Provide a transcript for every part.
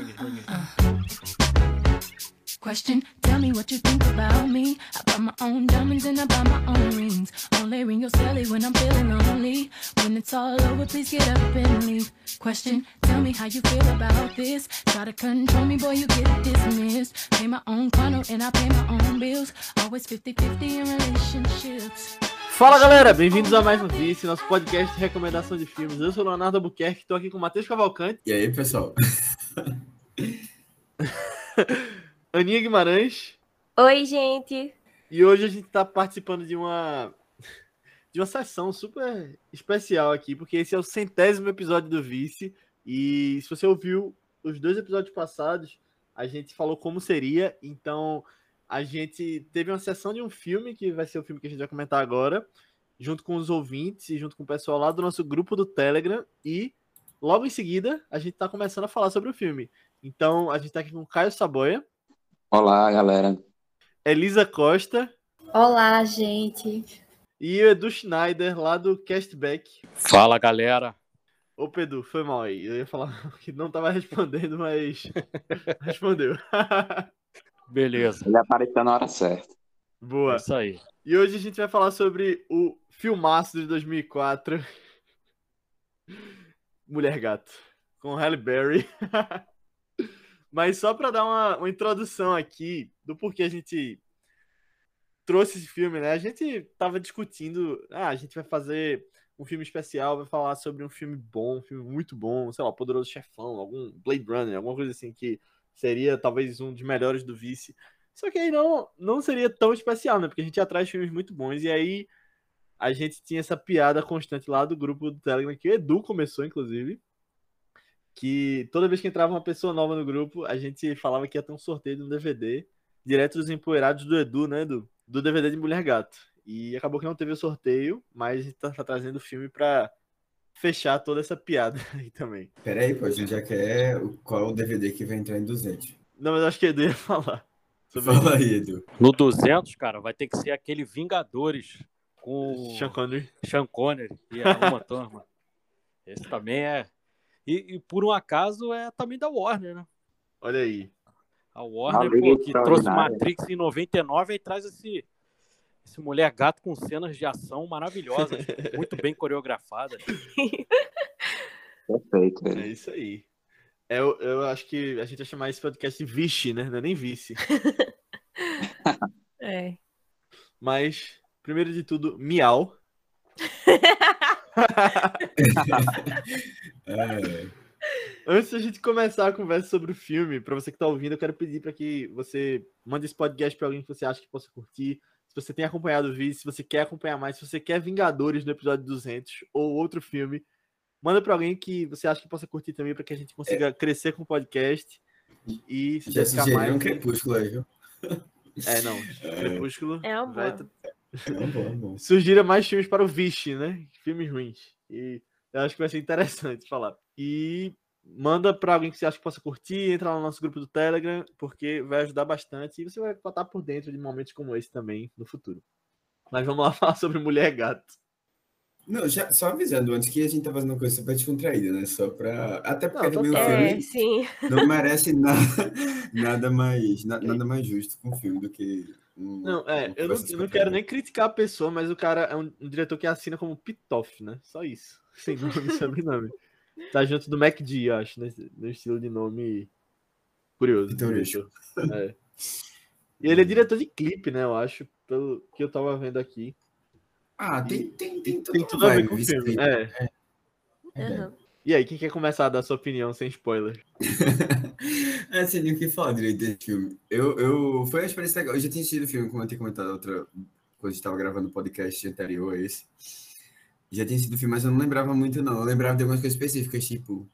Bring it. Question, tell me what you think about me. I buy my own diamonds and I buy my own rings. Only ring your celly when I'm feeling lonely. When it's all over, please get up and leave. Question, tell me how you feel about this. Try to control me, boy, you get dismissed. Pay my own condo and I pay my own bills. Always 50-50 in relationships. Fala galera, bem-vindos a mais um Vice, nosso podcast de recomendação de filmes. Eu sou o Leonardo Albuquerque, estou aqui com o Matheus Cavalcante. E aí, pessoal? Aninha Guimarães. Oi, gente. E hoje a gente está participando de uma sessão super especial aqui, porque esse é o 100º episódio do Vice. E se você ouviu os 2 episódios passados, a gente falou como seria. Então a gente teve uma sessão de um filme, que vai ser o filme que a gente vai comentar agora, junto com os ouvintes e junto com o pessoal lá do nosso grupo do Telegram. E logo em seguida a gente está começando a falar sobre o filme. Então a gente está aqui com o Caio Saboia. Olá, galera. Elisa Costa. Olá, gente. E o Edu Schneider, lá do Castback. Fala, galera. Ô, Pedro, foi mal aí. Eu ia falar que não tava respondendo, mas respondeu. Beleza. Ele apareceu na hora certa. Boa. É isso aí. E hoje a gente vai falar sobre o filmaço de 2004. Mulher Gato, com Halle Berry. Mas só para dar uma introdução aqui do porquê a gente trouxe esse filme, né? A gente tava discutindo, a gente vai fazer um filme especial, vai falar sobre um filme bom, um filme muito bom, sei lá, Poderoso Chefão, algum Blade Runner, alguma coisa assim que seria talvez um dos melhores do Vice. Só que aí não seria tão especial, né? Porque a gente ia atrás de filmes muito bons. E aí a gente tinha essa piada constante lá do grupo do Telegram, que o Edu começou, inclusive, que toda vez que entrava uma pessoa nova no grupo, a gente falava que ia ter um sorteio de um DVD direto dos empoeirados do Edu, né, Edu? Do DVD de Mulher Gato. E acabou que não teve o sorteio, mas a gente tá trazendo o filme pra fechar toda essa piada aí também. Peraí, pô, a gente já quer qual o DVD que vai entrar em 200. Não, mas acho que o Edu ia falar. Fala aí, Edu. No 200, cara, vai ter que ser aquele Vingadores com Sean Connery e a Uma Thurman. Esse também é... E por um acaso é também da Warner, né? Olha aí. A Warner, pô, que trouxe Matrix em 99 e traz esse Mulher Gato com cenas de ação maravilhosas, muito bem coreografadas. Perfeito. É isso aí. Eu acho que a gente vai chamar esse podcast de Vixe, né? Não é nem Vice. É. Mas, primeiro de tudo, miau. Antes da gente começar a conversa sobre o filme, para você que tá ouvindo, eu quero pedir para que você mande esse podcast para alguém que você acha que possa curtir. Se você tem acompanhado o vídeo, se você quer acompanhar mais, se você quer Vingadores no episódio 200 ou outro filme, manda para alguém que você acha que possa curtir também, para que a gente consiga crescer com o podcast e se Já ficar sugeriram mais. um Crepúsculo aí, viu? Crepúsculo. É uma boa. É bom. Sugira mais filmes para o Vixe, né? Filmes ruins. E eu acho que vai ser interessante falar. E manda para alguém que você acha que possa curtir, entra lá no nosso grupo do Telegram, porque vai ajudar bastante e você vai estar por dentro de momentos como esse também no futuro. Mas vamos lá falar sobre Mulher Gato. Não, já, só avisando antes que a gente tá fazendo uma coisa super descontraída, né? Só pra... Até porque Não, também o total. filme Sim. não merece nada mais justo com o filme do que... Eu não quero nem criticar a pessoa, mas o cara é um diretor que assina como Pitoff, né? Só isso. Sem nome e sobrenome. Tá junto do MacD, eu acho, né? No estilo de nome curioso. É. E ele é diretor de clipe, né? Eu acho, pelo que eu tava vendo aqui. Tem tudo a ver com o filme. Uhum. E aí, quem quer começar a dar sua opinião sem spoiler? Sem nem o que falar direito desse filme. Foi uma experiência legal. Eu já tinha assistido o filme, como eu tinha comentado outra quando a gente estava gravando o podcast anterior a esse. Já tinha assistido o filme, mas eu não lembrava muito, não. Eu lembrava de algumas coisas específicas, tipo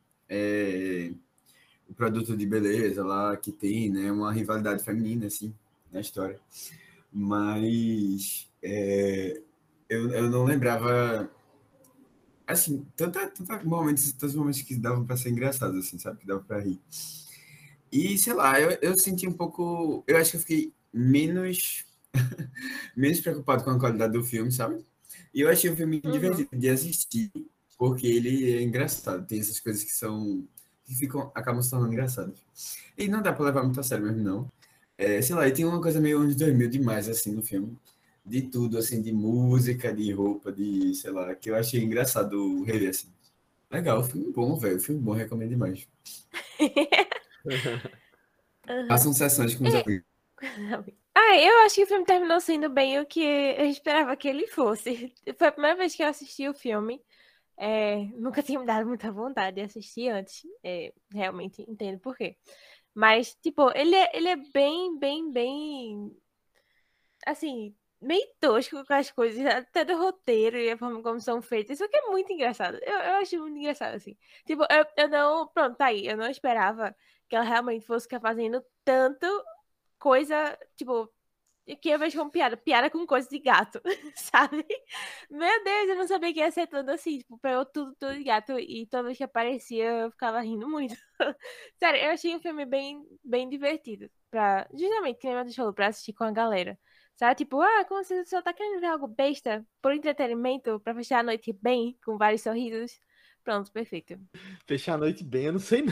o produto de beleza lá que tem, né? Uma rivalidade feminina, assim, na história. Mas eu não lembrava... Assim, tantos momentos que davam pra ser engraçados, assim, sabe? Que dava pra rir. E, sei lá, eu senti um pouco... Eu acho que eu fiquei menos preocupado com a qualidade do filme, sabe? E eu achei o filme divertido de assistir, porque ele é engraçado. Tem essas coisas que que acabam se tornando engraçados. E não dá pra levar muito a sério mesmo, não. Sei lá, e tem uma coisa meio anos 2000 demais, assim, no filme. De tudo, assim, de música, de roupa, de, sei lá, que eu achei engraçado rever, assim. Legal, filme bom, velho. Filme bom, recomendo demais. Aham. Façam sessões com os amigos. Eu acho que o filme terminou sendo bem o que eu esperava que ele fosse. Foi a primeira vez que eu assisti o filme. Nunca tinha me dado muita vontade de assistir antes. Realmente entendo por quê. Mas, tipo, ele é bem, bem, bem. Assim, meio tosco com as coisas, até do roteiro e a forma como são feitas. Isso aqui é muito engraçado. Eu acho muito engraçado, assim. Tipo, eu não. Pronto, tá aí. Eu não esperava que ela realmente fosse ficar fazendo tanto coisa, tipo, que eu vejo como piada com coisa de gato, sabe? Meu Deus, eu não sabia que ia ser tudo assim, tipo, pegou tudo de gato e toda vez que aparecia eu ficava rindo muito. Sério, eu achei o filme bem, bem divertido, justamente, que nem você falou, pra assistir com a galera. Sabe, tipo, como você só tá querendo ver algo besta, por entretenimento, pra fechar a noite bem, com vários sorrisos. Pronto, perfeito. Fechar a noite bem, eu não sei não.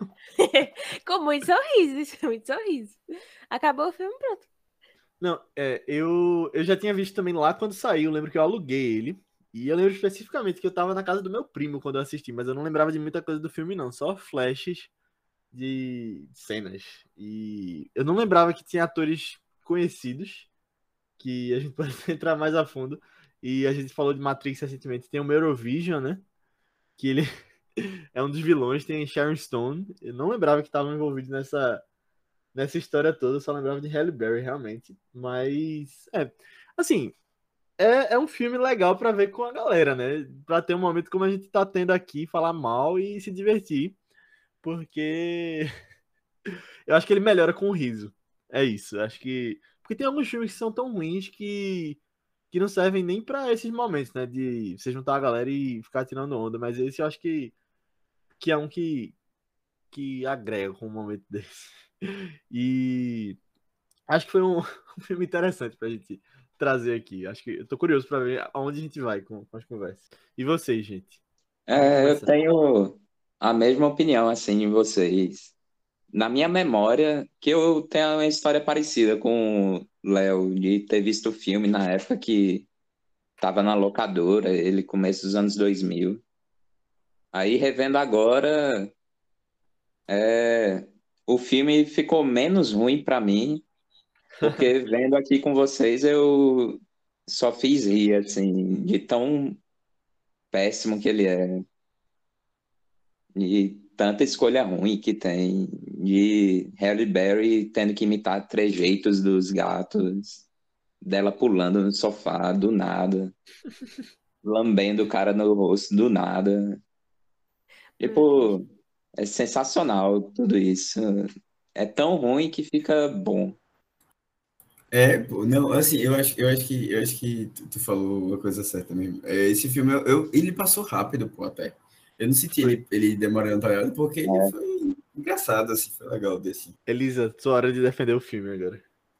Com muitos sorrisos, muitos sorrisos. Acabou o filme, pronto. Não, eu já tinha visto também lá quando saiu, eu lembro que eu aluguei ele. E eu lembro especificamente que eu tava na casa do meu primo quando eu assisti, mas eu não lembrava de muita coisa do filme, não. Só flashes de cenas. E eu não lembrava que tinha atores conhecidos, que a gente pode entrar mais a fundo. E a gente falou de Matrix recentemente, tem o Eurovision, né? Que ele é um dos vilões, tem Sharon Stone. Eu não lembrava que estavam envolvidos nessa história toda, eu só lembrava de Halle Berry, realmente. Mas, assim, é um filme legal pra ver com a galera, né? Pra ter um momento como a gente tá tendo aqui, falar mal e se divertir. Porque eu acho que ele melhora com o riso. É isso, eu acho que. Porque tem alguns filmes que são tão ruins que não servem nem pra esses momentos, né? De você juntar a galera e ficar tirando onda. Mas esse eu acho que é um que agrega com um momento desse. E acho que foi um filme interessante pra gente trazer aqui. Acho que eu tô curioso pra ver aonde a gente vai com as conversas. E vocês, gente? Pode Eu começar. tenho a mesma opinião, assim, de vocês. Na minha memória, que eu tenho uma história parecida com o Léo, de ter visto o filme na época que tava na locadora, ele começo dos anos 2000. Aí, revendo agora, o filme ficou menos ruim pra mim, porque vendo aqui com vocês eu só fiz rir, assim, de tão péssimo que ele é, de tanta escolha ruim que tem, de Halle Berry tendo que imitar trejeitos dos gatos, dela pulando no sofá do nada, lambendo o cara no rosto do nada. Meu Deus. Tipo, é sensacional tudo isso. É tão ruim que fica bom. Pô, não, assim, eu acho que tu falou a coisa certa mesmo. Esse filme, ele passou rápido, pô, até. Eu não senti Foi. ele demorando, tá ligado? Porque ele foi engraçado, assim, foi legal desse. Elisa, sua hora de defender o filme agora.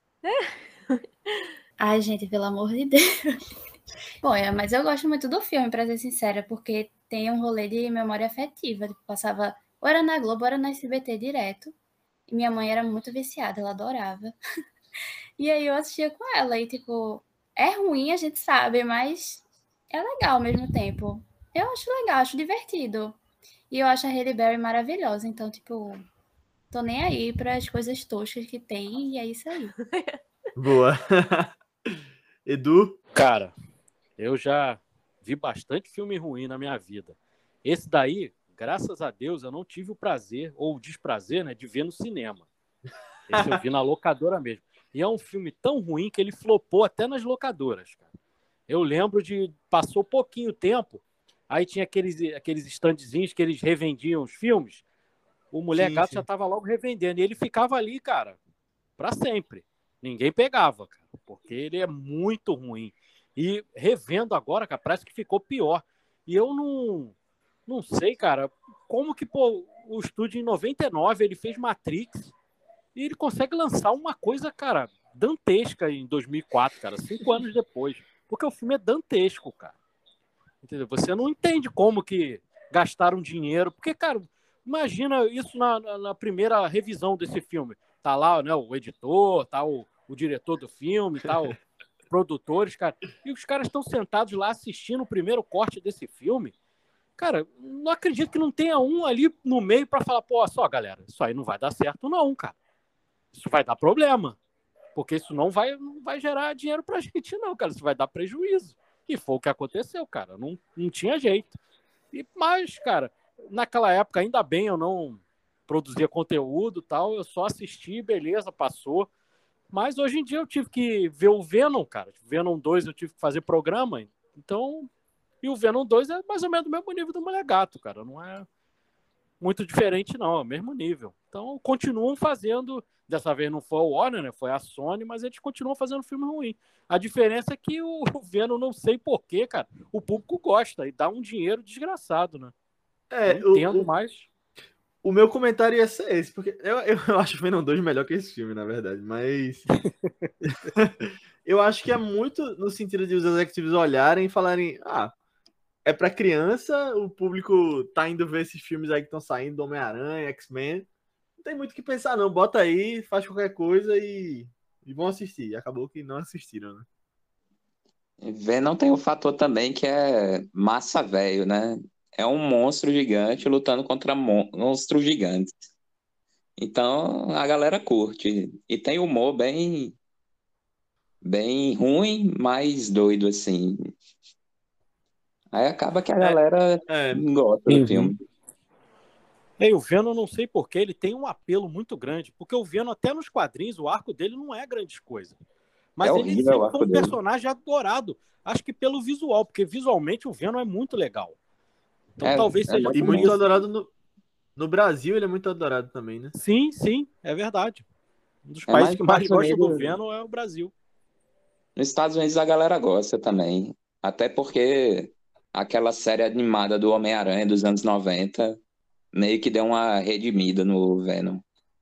Ai, gente, pelo amor de Deus. Bom, mas eu gosto muito do filme, pra ser sincera, porque tem um rolê de memória afetiva. Tipo, passava ou era na Globo, ou era na SBT direto. E minha mãe era muito viciada, ela adorava. E aí eu assistia com ela e, tipo, é ruim, a gente sabe, mas é legal ao mesmo tempo. Eu acho legal, acho divertido. E eu acho a Halle Berry maravilhosa, então, tipo, tô nem aí para as coisas toscas que tem e é isso aí. Boa. Edu? Cara, eu já vi bastante filme ruim na minha vida. Esse daí, graças a Deus, eu não tive o prazer ou o desprazer, né, de ver no cinema. Esse eu vi na locadora mesmo. E é um filme tão ruim que ele flopou até nas locadoras, cara. Eu lembro passou pouquinho tempo, aí tinha aqueles standzinhos que eles revendiam os filmes. O Mulher Sim, Gato sim. já tava logo revendendo. E ele ficava ali, cara, pra sempre. Ninguém pegava, cara, porque ele é muito ruim. E revendo agora, cara, parece que ficou pior. E eu não sei, cara, como que, pô, o estúdio em 99 ele fez Matrix e ele consegue lançar uma coisa, cara, dantesca em 2004, cara, 5 anos depois. Porque o filme é dantesco, cara. Entendeu? Você não entende como que gastaram dinheiro. Porque, cara, Imagina isso na primeira revisão desse filme. Tá lá, né, o editor, tá o diretor do filme, tá os produtores, cara. E os caras estão sentados lá assistindo o primeiro corte desse filme. Cara, não acredito que não tenha um ali no meio para falar, pô, só, galera, isso aí não vai dar certo não, cara. Isso vai dar problema. Porque isso não vai gerar dinheiro pra gente não, cara. Isso vai dar prejuízo. E foi o que aconteceu, cara. Não tinha jeito. Mas, cara, naquela época, ainda bem eu não produzia conteúdo e tal. Eu só assisti, beleza, passou. Mas hoje em dia eu tive que ver o Venom, cara. Venom 2 eu tive que fazer programa. Então... E o Venom 2 é mais ou menos do mesmo nível do Mulher Gato, cara. Não é muito diferente, não. É o mesmo nível. Então, continuam fazendo... Dessa vez não foi a Warner, né? Foi a Sony, mas eles continuam fazendo filme ruim. A diferença é que o Venom, não sei porquê, cara, o público gosta e dá um dinheiro desgraçado, né? Não entendo mais. O meu comentário ia ser esse, porque eu acho o Venom 2 melhor que esse filme, na verdade, mas eu acho que é muito no sentido de os executivos olharem e falarem, é pra criança, o público tá indo ver esses filmes aí que estão saindo, do Homem-Aranha, X-Men, não tem muito o que pensar não, bota aí, faz qualquer coisa e vão assistir. Acabou que não assistiram, né? Venom tem um fator também que é massa velho, né? É um monstro gigante lutando contra monstros gigantes. Então a galera curte. E tem humor bem ruim, mas doido, assim. Aí acaba que a galera gosta do filme. E o Venom, não sei porquê, ele tem um apelo muito grande. Porque o Venom, até nos quadrinhos, o arco dele não é grande coisa. Mas ele sempre foi um personagem adorado. Acho que pelo visual, porque visualmente o Venom é muito legal. Então talvez seja... E muito adorado no Brasil, ele é muito adorado também, né? Sim, é verdade. Um dos países que mais gostam do Venom é o Brasil. Nos Estados Unidos a galera gosta também. Até porque aquela série animada do Homem-Aranha dos anos 90 meio que deu uma redimida no Venom.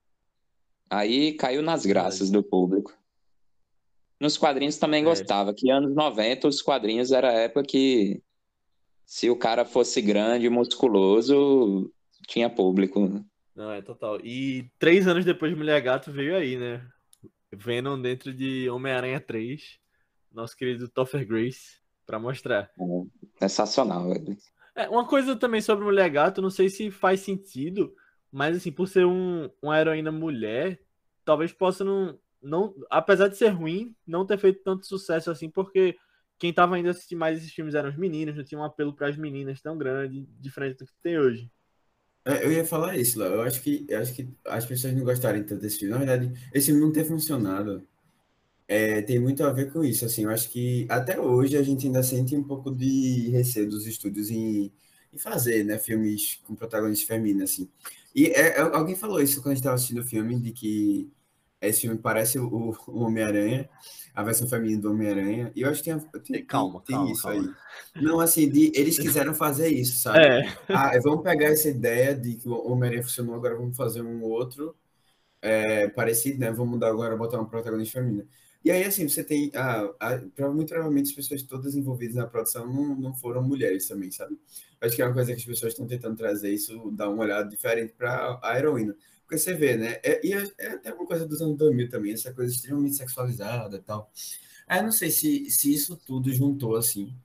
Aí caiu nas graças do público. Nos quadrinhos também gostava, que anos 90 os quadrinhos era a época que se o cara fosse grande e musculoso, tinha público. Não, é total. E 3 anos depois de Mulher Gato veio aí, né? Venom dentro de Homem-Aranha 3, nosso querido Topher Grace, pra mostrar. Sensacional, velho. Uma coisa também sobre Mulher Gato, não sei se faz sentido, mas assim, por ser uma heroína mulher, talvez possa não, apesar de ser ruim, não ter feito tanto sucesso assim, porque quem tava indo assistir mais esses filmes eram os meninos, não tinha um apelo para as meninas tão grande, diferente do que tem hoje. Eu ia falar isso, Léo. Eu acho que as pessoas não gostarem tanto desse filme. Na verdade, esse filme não ter funcionado tem muito a ver com isso. Assim, eu acho que até hoje a gente ainda sente um pouco de receio dos estúdios em fazer, né, filmes com protagonistas femininas, assim. E alguém falou isso quando a gente estava assistindo o filme, de que esse filme parece o Homem-Aranha, a versão feminina do Homem-Aranha. E eu acho que tem isso aí. Não, assim, eles quiseram fazer isso, sabe? Vamos pegar essa ideia de que o Homem-Aranha funcionou, agora vamos fazer um outro parecido, né? Vamos mudar agora, botar uma protagonista feminina. E aí, assim, você tem... muito provavelmente as pessoas todas envolvidas na produção não foram mulheres também, sabe? Acho que é uma coisa que as pessoas estão tentando trazer isso, dar uma olhada diferente para a heroína. Porque você vê, né? É até uma coisa dos anos 2000 também, essa coisa extremamente sexualizada e tal. Não sei se isso tudo juntou, assim.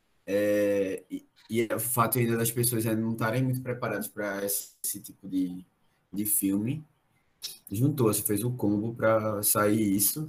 E o fato ainda das pessoas ainda não estarem muito preparadas para esse tipo de filme, juntou, você fez o combo para sair isso.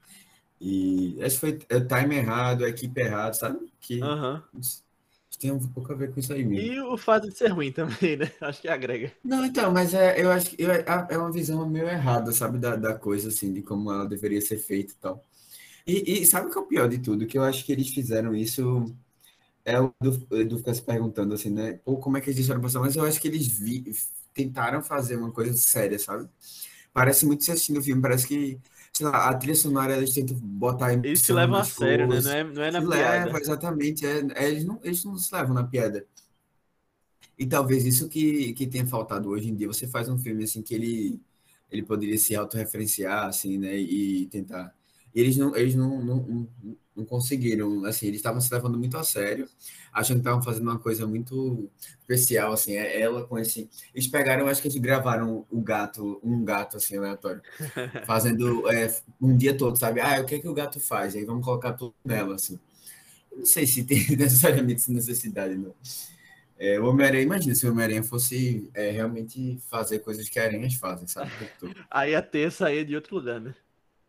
E esse foi o time errado, a equipe errada, sabe? Que tem um pouco a ver com isso aí mesmo. E o fato de ser ruim também, né? Acho que agrega. Não, então, mas eu acho que é uma visão meio errada, sabe? Da coisa, assim, de como ela deveria ser feita e tal. E sabe o que é o pior de tudo? Que eu acho que eles fizeram isso... o Edu fica se perguntando, assim, né? Pô, como é que eles deixaram passar? Mas eu acho que eles tentaram fazer uma coisa séria, sabe? Parece muito se assistindo o filme, parece que, sei lá, a trilha sonora eles tentam botar emoção. Eles se levam a sério, né? Não é na piada. Exatamente, eles não se levam na piada. E talvez isso que tenha faltado hoje em dia. Você faz um filme assim que ele poderia se autorreferenciar, assim, né? E tentar. E eles não conseguiram, assim, eles estavam se levando muito a sério, achando que estavam fazendo uma coisa muito especial, assim, ela com esse... Eles pegaram, acho que eles gravaram um gato, assim, aleatório, fazendo um dia todo, sabe? O que é que o gato faz? Aí vamos colocar tudo nela, assim. Eu não sei se tem necessariamente essa necessidade, não. O Homem-Aranha, imagina se o Homem-Aranha fosse realmente fazer coisas que aranhas fazem, sabe? O tempo todo. Aí a T saía de outro lugar, né?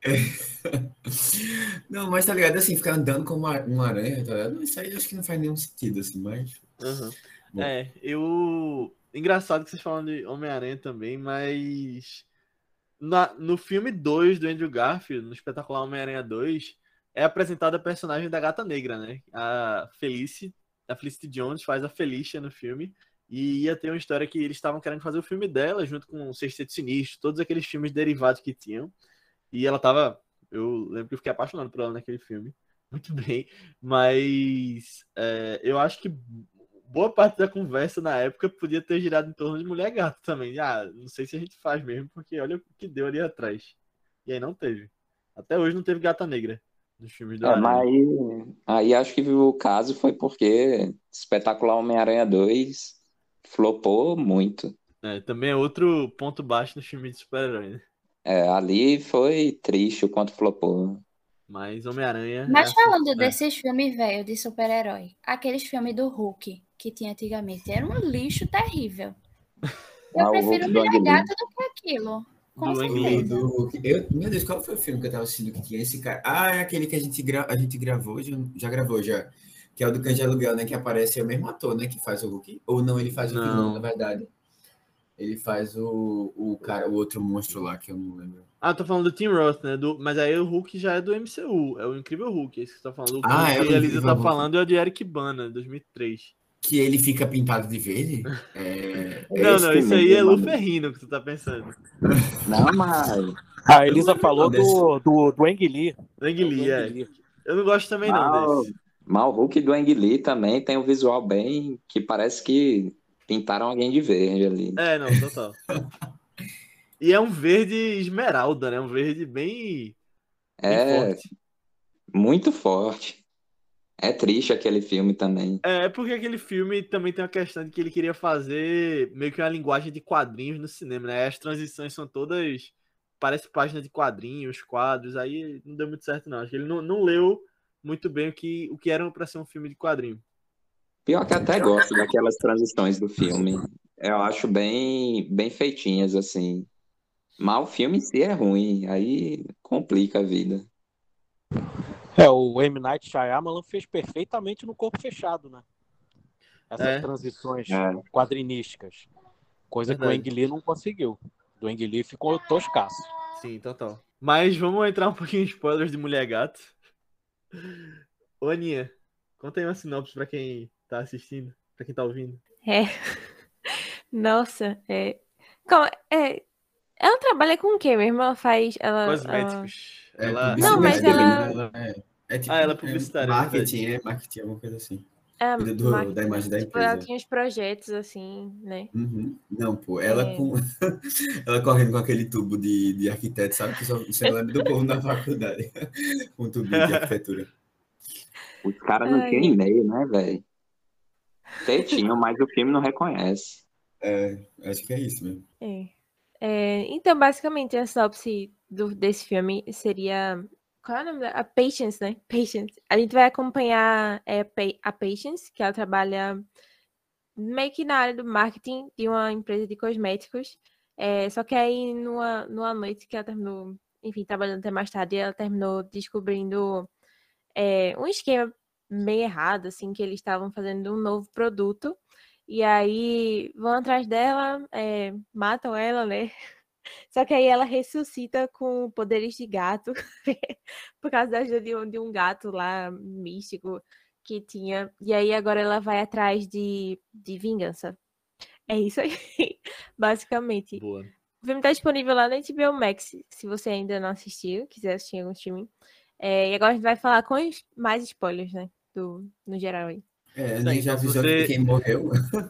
Não, mas tá ligado, assim, ficar andando como uma aranha, tá ligado? Isso aí acho que não faz nenhum sentido, assim, mas... Uhum. Bom. Engraçado que vocês falam de Homem-Aranha também, mas no filme 2 do Andrew Garfield, no espetacular Homem-Aranha 2, é apresentada a personagem da Gata Negra, né? A Felicity Jones faz a Felicia no filme, e ia ter uma história que eles estavam querendo fazer o filme dela, junto com o Sexteto Sinistro, todos aqueles filmes derivados que tinham, e ela tava... Eu lembro que eu fiquei apaixonado por ela naquele filme. Muito bem. Mas eu acho que boa parte da conversa na época podia ter girado em torno de Mulher Gato também. Não sei se a gente faz mesmo, porque olha o que deu ali atrás. E aí não teve. Até hoje não teve Gata Negra nos filmes do Aranha. Mas aí acho que o caso foi porque Espetacular Homem-Aranha 2 flopou muito. Também é outro ponto baixo no filme de super-herói, né? Ali foi triste o quanto flopou. Mas Homem-Aranha... Mas falando desses filmes velhos de super-herói, aqueles filmes do Hulk que tinha antigamente, era um lixo terrível. Eu prefiro Mulher Gato do que aquilo. Com certeza. Meu Deus, qual foi o filme que eu tava assistindo que tinha esse cara? É aquele que a gente gravou, já gravou já. Que é o do Cães de Aluguel, né? Que aparece o mesmo ator, né? Que faz o Hulk. Ou não, ele faz o vilão, na verdade. Ele faz o cara, o outro monstro lá, que eu não lembro. Tô falando do Tim Roth, né? Mas aí o Hulk já é do MCU. É o Incrível Hulk, esse que você tá falando. O que a Elisa tá falando é o de Eric Bana, 2003. Que ele fica pintado de verde? Não, isso aí é Lu Ferrino que tu tá pensando. Não, mas... A Elisa falou do Ang Lee. Ang Lee, Eu não gosto também não desse. Mas o Hulk do Ang Lee também tem um visual bem... que parece que pintaram alguém de verde ali. Não, total. E é um verde esmeralda, né? Um verde bem forte. Muito forte. É triste aquele filme também. Porque aquele filme também tem uma questão de que ele queria fazer meio que uma linguagem de quadrinhos no cinema, né? As transições são todas... Parece página de quadrinhos, quadros, aí não deu muito certo não. Acho que ele não leu muito bem o que era pra ser um filme de quadrinho. Pior que até gosto daquelas transições do filme. Eu acho bem, bem feitinhas, assim. Mas o filme em si é ruim, aí complica a vida. O M. Night Shyamalan fez perfeitamente no Corpo Fechado, né? Essas transições quadrinísticas. Coisa que o Ang Lee não conseguiu. Do Ang Lee ficou toscaço. Sim, total. Mas vamos entrar um pouquinho em spoilers de Mulher Gato. Ô, Aninha, conta aí uma sinopse pra quem tá assistindo, pra quem tá ouvindo. Nossa, ela trabalha com o quê mesmo? Ela faz... Cosméticos. Não, mas ela... tipo, ela é publicitária. Marketing, alguma coisa assim. Da imagem da empresa. Ela tinha os projetos, assim, né? Uhum. Não, pô, ela ela correndo com aquele tubo de arquiteto, sabe? Que você não lembra do povo na faculdade. Com um tubinho de arquitetura. Os caras não tinham e-mail, né, velho? Até tinham, mas o filme não reconhece. Acho que é isso mesmo. Então, basicamente, a sinopse desse filme seria... Qual é o nome dela? A Patience, né? Patience. A gente vai acompanhar a Patience, que ela trabalha meio que na área do marketing de uma empresa de cosméticos. Só que aí, numa noite que ela terminou, enfim, trabalhando até mais tarde, ela terminou descobrindo um esquema bem errado, assim, que eles estavam fazendo um novo produto. E aí vão atrás dela, matam ela, né? Só que aí ela ressuscita com poderes de gato, por causa da ajuda de um gato lá, místico, que tinha. E aí agora ela vai atrás de vingança. É isso aí, basicamente. Boa. O filme tá disponível lá na HBO Max, se você ainda não assistiu, quiser assistir algum streaming. E agora a gente vai falar com mais spoilers, né, no geral aí. A gente já avisou que quem morreu.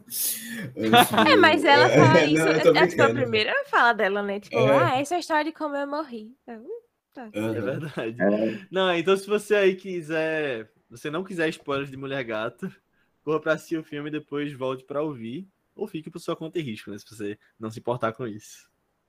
Mas ela fala isso. Acho que a primeira fala dela, né? Tipo, essa é a história de como eu morri. Tá. É Aham. verdade. É, Não, então se você aí você não quiser spoilers de Mulher Gato, corra pra assistir o filme e depois volte pra ouvir. Ou fique por sua conta e risco, né? Se você não se importar com isso.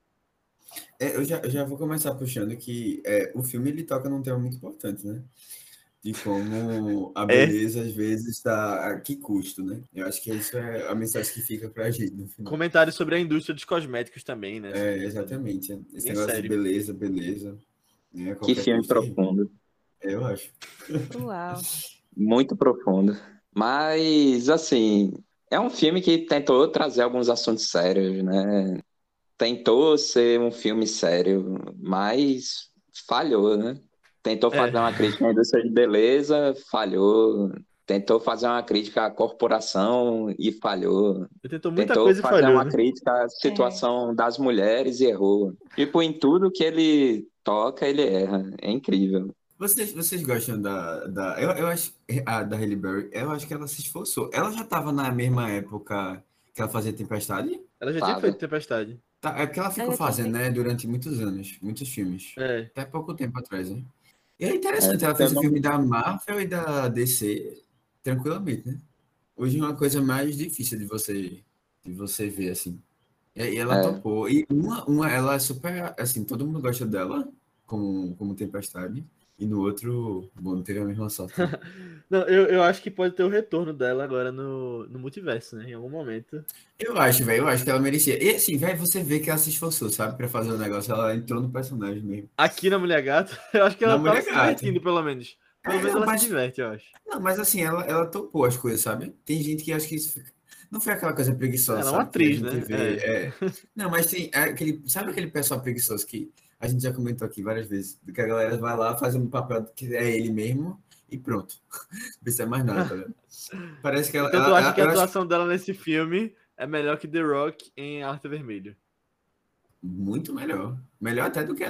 Eu já vou começar puxando que o filme ele toca num tema muito importante, né? De como a É, beleza às vezes está a que custo, né? Eu acho que isso é a mensagem que fica pra gente no final. comentário sobre a indústria dos cosméticos também, né? Essa coisa Exatamente. Esse bem negócio de sério. beleza, né? que Qualquer filme custo aí. profundo. Eu acho. Uau. Muito profundo. Mas, assim, é um filme que tentou trazer alguns assuntos sérios, né? Tentou ser um filme sério, mas falhou, né? Tentou É, fazer uma crítica à indústria de beleza, falhou. Tentou fazer uma crítica à corporação e falhou. ele tentou muita Tentou coisa e fazer falhou, uma né? crítica à situação das mulheres e errou. Tipo, em tudo que ele toca, ele erra. É incrível. Vocês gostam eu acho da Halle Berry, eu acho que ela se esforçou. Ela já estava na mesma época que ela fazia Tempestade? Ela já tinha feito Tava. Tempestade. Tá, é porque ela ficou Eu já tinha fazendo, feito. né, durante muitos anos, muitos filmes. É. Até pouco tempo atrás, né? E é É, interessante, ela eu fez o não- filme da Marvel e da DC tranquilamente, né? Hoje é uma coisa mais difícil de você ver, assim. E ela é, topou. E ela é super, assim, todo mundo gosta dela, como Tempestade. E no outro, bom, não teve a mesma sorte, né? Não, eu acho que pode ter o retorno dela agora no multiverso, né? Em algum momento. Eu acho, velho, eu acho que ela merecia. E assim, velho, você vê que ela se esforçou, sabe, pra fazer o negócio. Ela entrou no personagem mesmo. Aqui na Mulher Gato, eu acho que Na ela tava Mulher se Gata. divertindo, pelo menos. Pelo menos Não, ela se mas diverte, eu acho. Não, mas assim, ela topou as coisas, sabe? Tem gente que acha que não foi aquela coisa preguiçosa, Ela é uma sabe? Que a atriz, gente né? vê. Não, mas tem sabe aquele pessoal preguiçoso que a gente já comentou aqui várias vezes, que a galera vai lá, faz um papel que é ele mesmo e pronto. Não precisa mais nada, tá vendo? Parece que Então tu acha que a eu acho atuação dela nesse filme é melhor que The Rock em Arte Vermelho? muito melhor. Melhor até do que a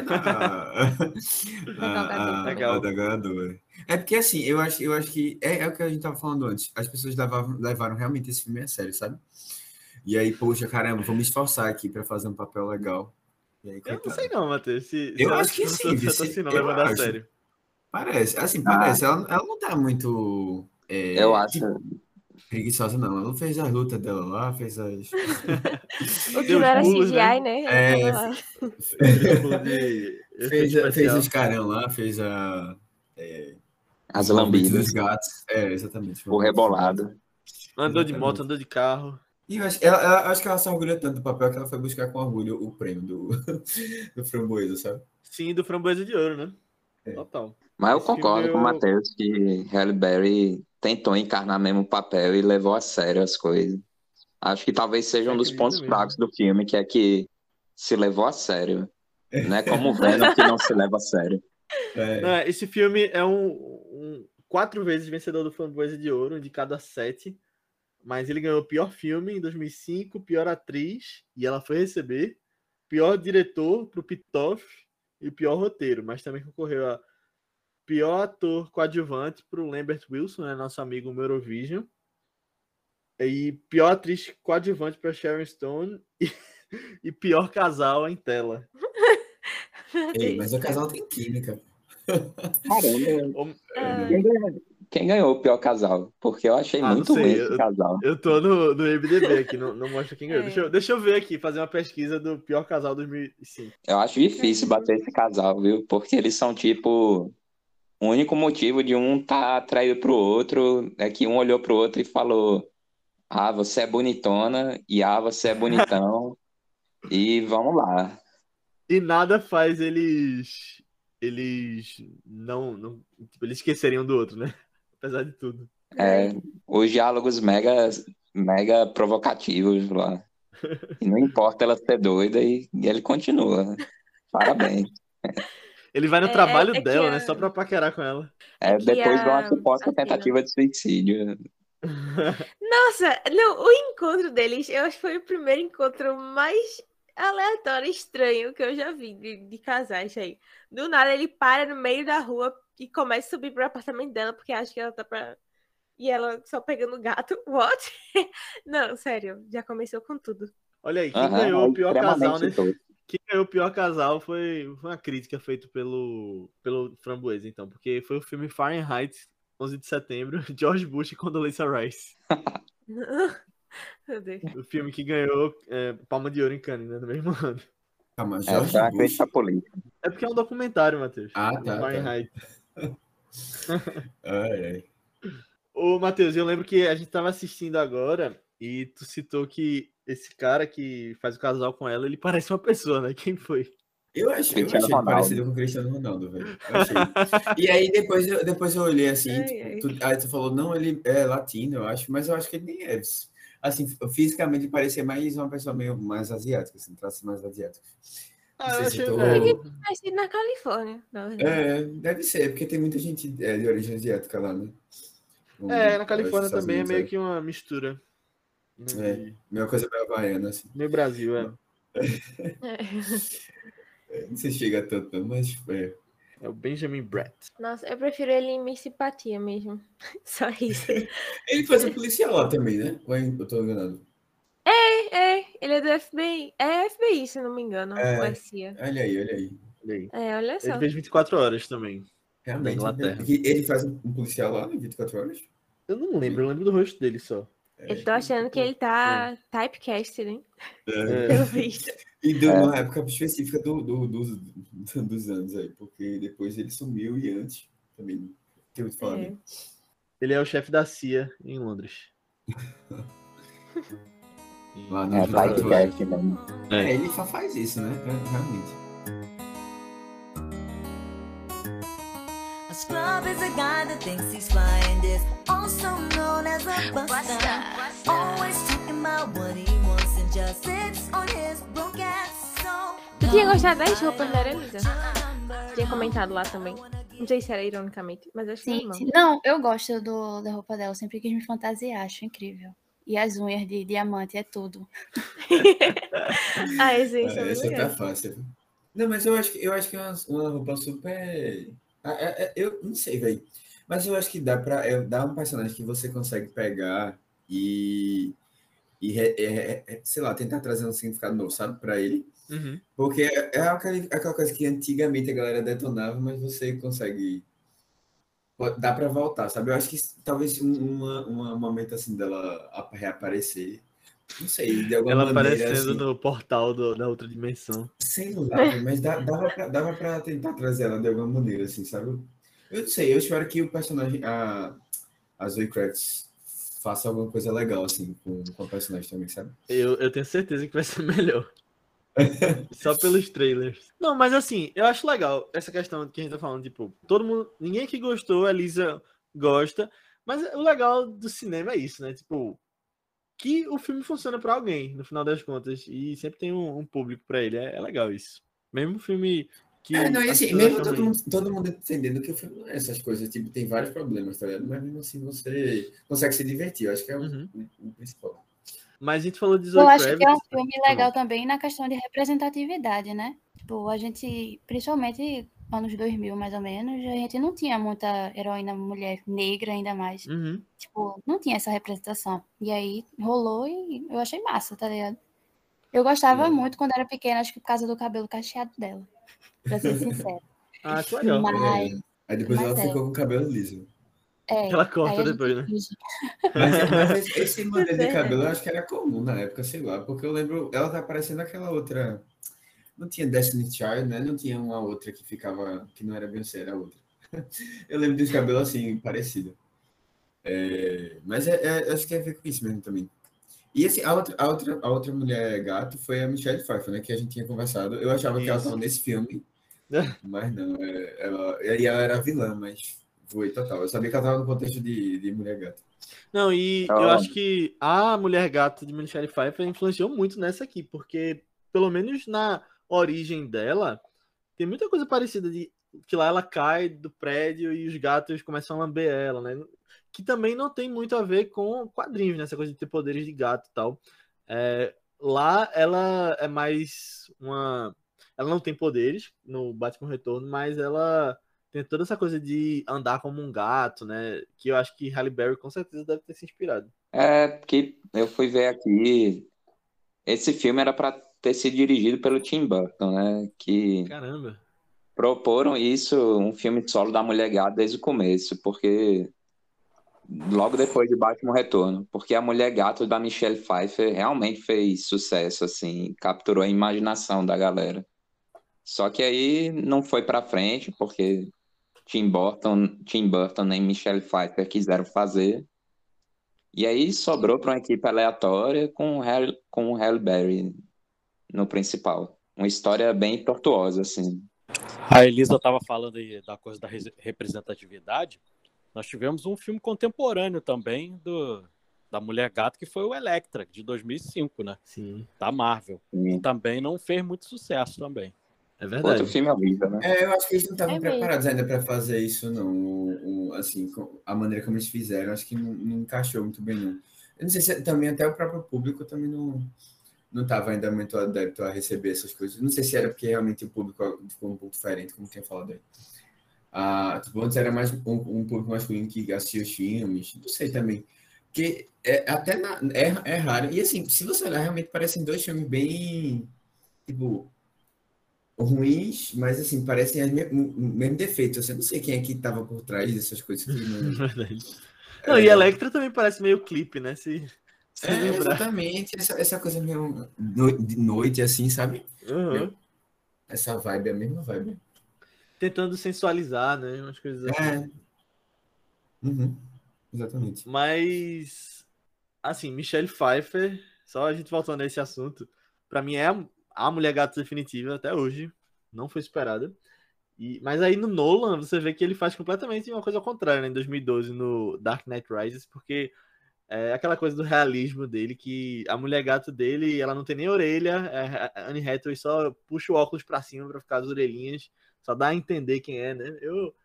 Jogador. a Legal. da ganhadora. É porque assim, eu acho que é o que a gente tava falando antes. As pessoas levaram realmente esse filme a sério, sabe? E aí, poxa, caramba, vou me esforçar aqui para fazer um papel legal. E aí, Eu não sei coitada. não, Matheus, se Eu ela acho se que esforçou sim, tanto vice. assim, não, Eu levando a acho. sério. Parece, assim, ah, parece. Ela não tá muito eu acho. tipo, preguiçosa, não. Ela não fez as lutas dela lá, fez as. O que Deu não os era pulos, né? CGI, né? Ela tava É, lá. Deu pulo de efeito fez os especial. carão lá, fez os As movimentos dos lambidas, gatos. Exatamente, os o movimentos dos gatos. rebolado. Andou de moto, Exatamente. andou de carro. E acho que ela se orgulha tanto do papel que ela foi buscar com orgulho o prêmio do Framboesa, sabe? Sim, do Framboesa de Ouro, né? É. Total. Mas eu Esse filme concordo com o ganhou. Matheus que Halle Berry tentou encarnar mesmo o papel e levou a sério as coisas. Acho que talvez seja Você um dos acredita pontos fracos mesmo? do filme, que é que se levou a sério. Não é como o Venom que não se leva a sério. Não, É. esse filme é um 4 vezes vencedor do Framboesa de Ouro, indicado a 7. Mas ele ganhou pior filme em 2005, pior atriz, e ela foi receber, pior diretor pro Pitoff e pior roteiro, mas também concorreu a pior ator coadjuvante pro Lambert Wilson, né, nosso amigo no Eurovision, e pior atriz coadjuvante para Sharon Stone e pior casal em tela. Meu Ei, Deus mas do o céu. casal tem química. Caramba, Ou- Ai. quem ganhou o pior casal? Porque eu achei não muito ruim sei, esse casal. eu tô no IMDb aqui, não mostra quem ganhou. É. Deixa eu ver aqui, fazer uma pesquisa do pior casal 2005. Eu acho difícil Caramba. bater esse casal, viu? Porque eles são tipo. O único motivo de um tá atraído pro outro é que um olhou pro outro e falou: Ah, você é bonitona, e você é bonitão, e vamos lá. E nada faz eles tipo, eles esquecerem um do outro, né? Apesar de tudo. É, os diálogos mega provocativos lá. E não importa ela ser doida, e ele continua. Parabéns. Ele vai no É trabalho que dela, né? Só pra paquerar com ela. É, que depois de uma a suposta Tina. tentativa de suicídio. Nossa, não, o encontro deles, eu acho que foi o primeiro encontro mais aleatório e estranho que eu já vi de casais aí. Do nada ele para no meio da rua e começa a subir pro apartamento dela porque acha que ela tá pra. E ela só pegando o gato. What? Não, sério, já começou com tudo. Olha aí, quem Aham, ganhou é o pior casal, extremamente né? tosco. quem ganhou o pior casal foi uma crítica feita pelo Framboesa, então, porque foi o filme Fahrenheit, 11 de setembro, George Bush e Condoleezza Rice. Meu Deus. O filme que ganhou Palma de Ouro em Cannes, né, no mesmo ano. Calma, Essa George é a Bush. crítica política. É porque é um documentário, Matheus. Ah, do tá. Fahrenheit. Ai, ai. Ô, Matheus, eu lembro que a gente tava assistindo agora e tu citou que esse cara que faz o casal com ela, ele parece uma pessoa, né? Quem foi? Eu achei Cristiano ele Ronaldo. parecido com o Cristiano Ronaldo, velho. Eu achei. E aí depois eu olhei assim, Ai, tipo, aí tu falou, não, ele é latino, eu acho, mas eu acho que ele nem é. Assim, fisicamente ele parecia mais uma pessoa meio mais asiática, assim, traços mais asiáticos. Não Ah, sei eu se achei. tô- Nascido na Califórnia, na verdade. Deve ser, porque tem muita gente de origem asiática lá, né? Na Califórnia Estados também é Unidos, meio sabe? que uma mistura. Né, Meio coisa meio havaiana, assim. meio Brasil, é. Não sei se chega tanto, não, mas É o Benjamin Bratt. Nossa, eu prefiro ele em Miss Simpatia mesmo. Só isso. Ele faz o policial lá também, né? Ou eu tô enganado? Ele é do FBI. É FBI, se não me engano. Ou é CIA. Olha aí. Olha aí. Olha só. Ele fez 24 horas também, da Realmente, Inglaterra. ele faz um policial lá no 24 horas? Eu não lembro, eu lembro do rosto dele só. Eu tô achando que ele tá typecasted, hein? É. Pelo visto. E deu uma época específica dos anos aí, porque depois ele sumiu e antes também não tem muito falar dele. Ele é o chefe da CIA em Londres. Lá no É, 24 horas. typecast mesmo. Ele só faz isso, né? Realmente. A scrub is a guy that thinks he's flying this, also known as a buster. Always talking about what he wants and just sits on his broke ass. So Tu tinha gostado das roupas da Elisa? Tinha comentado lá também. Não sei se era ironicamente, mas acho que Sim, não. sim. Não, eu gosto da roupa dela. Eu sempre quis me fantasiar, acho incrível. E as unhas de diamante, é tudo. A essência é Essa tá legal. fácil. Não, mas eu acho que é uma roupa super. Eu não sei, velho. Mas eu acho que dá um personagem que você consegue pegar e sei lá, tentar trazer um significado novo, sabe, pra ele. Uhum. Porque é aquela coisa que antigamente a galera detonava, mas você consegue. Dá pra voltar, sabe? Eu acho que talvez um momento assim dela reaparecer. Não sei, de alguma Ela maneira. aparecendo Assim, no portal da outra dimensão. sei lá, mas dava pra tentar trazer ela de alguma maneira, assim, sabe? Eu não sei, eu espero que o personagem, a Zoe Kravitz, faça alguma coisa legal, assim, com a personagem também, sabe? Eu tenho certeza que vai ser melhor. Só pelos trailers. Não, mas assim, eu acho legal essa questão que a gente tá falando, tipo, todo mundo, ninguém que gostou, a Lisa gosta, mas o legal do cinema é isso, né? Tipo, que o filme funciona pra alguém, no final das contas, e sempre tem um público pra ele, é legal isso. Mesmo filme que Não, e as assim, pessoas mesmo acham ruim. todo mundo entendendo que o filme não é essas coisas, tipo, tem vários problemas, tá ligado? Mas mesmo assim você consegue se divertir, eu acho que é o principal. Mas a gente falou de Eu Zoe acho que é um Kravitz. filme legal também na questão de representatividade, né? Tipo, a gente, principalmente anos 2000, mais ou menos, a gente não tinha muita heroína mulher negra, ainda mais. Uhum. Tipo, não tinha essa representação. E aí rolou e eu achei massa, tá ligado? Eu gostava muito quando era pequena, acho que por causa do cabelo cacheado dela, pra ser sincera. Ah, que legal. Mas, Aí depois Mas ela é. ficou com o cabelo liso. Ela corta aí a gente depois, né? finge. Mas esse modelo de É. cabelo eu acho que era comum na época, sei lá, porque eu lembro, ela tá parecendo aquela outra. Não tinha Destiny Child, né? Não tinha uma outra que ficava, que não era Beyoncé, era outra. Eu lembro desse cabelo assim, parecido. Mas acho que tem a ver com isso mesmo também. E assim, a outra mulher gato foi a Michelle Pfeiffer, né? Que a gente tinha conversado. Eu achava que ela Isso. estava nesse filme, mas não. Ela era vilã, mas foi total. Eu sabia que ela estava no contexto de mulher gato. Não, e eu acho que a Mulher Gato de Michelle Pfeiffer influenciou muito nessa aqui, porque, pelo menos na origem dela, tem muita coisa parecida de que lá ela cai do prédio e os gatos começam a lamber ela, né? Que também não tem muito a ver com quadrinhos, né? Essa coisa de ter poderes de gato e tal. Lá ela é mais uma... Ela não tem poderes no Batman Retorno, mas ela tem toda essa coisa de andar como um gato, né? Que eu acho que Halle Berry com certeza deve ter se inspirado. É, porque eu fui ver aqui, esse filme era pra ter sido dirigido pelo Tim Burton, né? Que Caramba. proporam isso, um filme solo da Mulher Gato desde o começo, porque logo depois de Batman Retorno, porque a Mulher Gato da Michelle Pfeiffer realmente fez sucesso, assim, capturou a imaginação da galera. Só que aí não foi pra frente, porque Tim Burton nem Michelle Pfeiffer quiseram fazer. E aí sobrou para uma equipe aleatória com o Halle Berry no principal. Uma história bem tortuosa, assim. A Elisa estava falando aí da coisa da representatividade. Nós tivemos um filme contemporâneo também da Mulher Gato, que foi o Electra, de 2005, né? Sim, Da Marvel. Sim. E também não fez muito sucesso também. é Outro verdade. filme horrível, né? Eu acho que eles não estavam É mesmo. preparados ainda para fazer isso, não. Assim, a maneira como eles fizeram, acho que não encaixou muito bem, não. Eu não sei se também até o próprio público também não estava ainda muito adepto a receber essas coisas. Não sei se era porque realmente o público ficou um pouco diferente, como tinha falado aí. Tipo, antes era mais um público masculino que assistia os filmes, não sei também. Porque até é raro. E assim, se você olhar, realmente parecem dois filmes bem, tipo, ruins, mas assim, parecem o mesmo defeito. Eu não sei quem é que estava por trás dessas coisas que não. Verdade. Não, e Electra também parece meio clipe, né? Se lembrar. Exatamente, essa coisa meio de noite, assim, sabe? Uhum. Essa vibe, a mesma vibe. Tentando sensualizar, né? Umas coisas assim. Uhum. Exatamente. Mas, assim, Michelle Pfeiffer, só a gente voltando a esse assunto, pra mim é a Mulher Gato definitiva até hoje. Não foi superada. Mas aí no Nolan, você vê que ele faz completamente uma coisa ao contrário, né? Em 2012, no Dark Knight Rises, porque é aquela coisa do realismo dele, que a Mulher Gato dele, ela não tem nem orelha, a Anne Hathaway só puxa o óculos pra cima pra ficar as orelhinhas, só dá a entender quem é, né?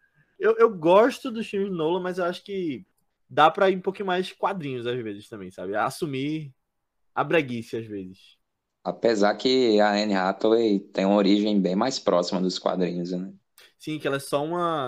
Eu gosto dos filmes do Nolan, mas eu acho que dá pra ir um pouquinho mais quadrinhos às vezes também, sabe? Assumir a breguice às vezes. Apesar que a Anne Hathaway tem uma origem bem mais próxima dos quadrinhos, né? Sim, que ela é só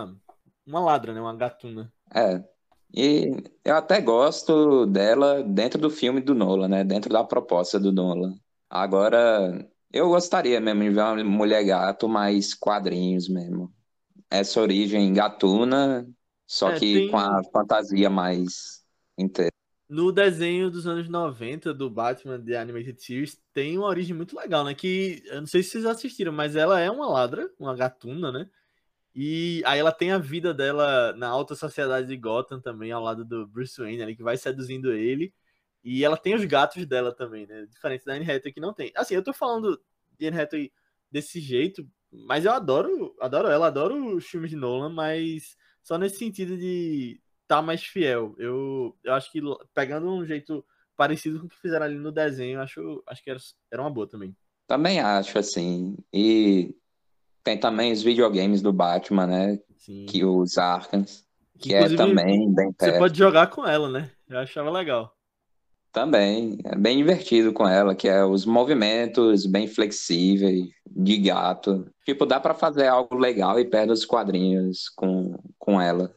uma ladra, né? Uma gatuna. É. E eu até gosto dela dentro do filme do Nolan, né? Dentro da proposta do Nolan. Agora, eu gostaria mesmo de ver uma Mulher Gato mais quadrinhos mesmo. Essa origem gatuna, só que com a fantasia mais inteira. No desenho dos anos 90 do Batman The Animated Series tem uma origem muito legal, né? Que eu não sei se vocês assistiram, mas ela é uma ladra, uma gatuna, né? E aí ela tem a vida dela na alta sociedade de Gotham também, ao lado do Bruce Wayne ali, que vai seduzindo ele. E ela tem os gatos dela também, né? Diferente da Anne Hathaway que não tem. Assim, eu tô falando de Anne Hathaway desse jeito, mas eu adoro ela, adoro os filmes de Nolan, mas só nesse sentido de tá mais fiel. Eu acho que pegando um jeito parecido com o que fizeram ali no desenho, acho que era uma boa também. Também acho, assim. E tem também os videogames do Batman, né? Sim. Que os Arkhams, que é Inclusive, também bem você perto. pode jogar com ela, né? Eu achava legal. Também, é bem divertido com ela, que é os movimentos bem flexíveis, de gato. Tipo, dá pra fazer algo legal e perto dos quadrinhos com ela.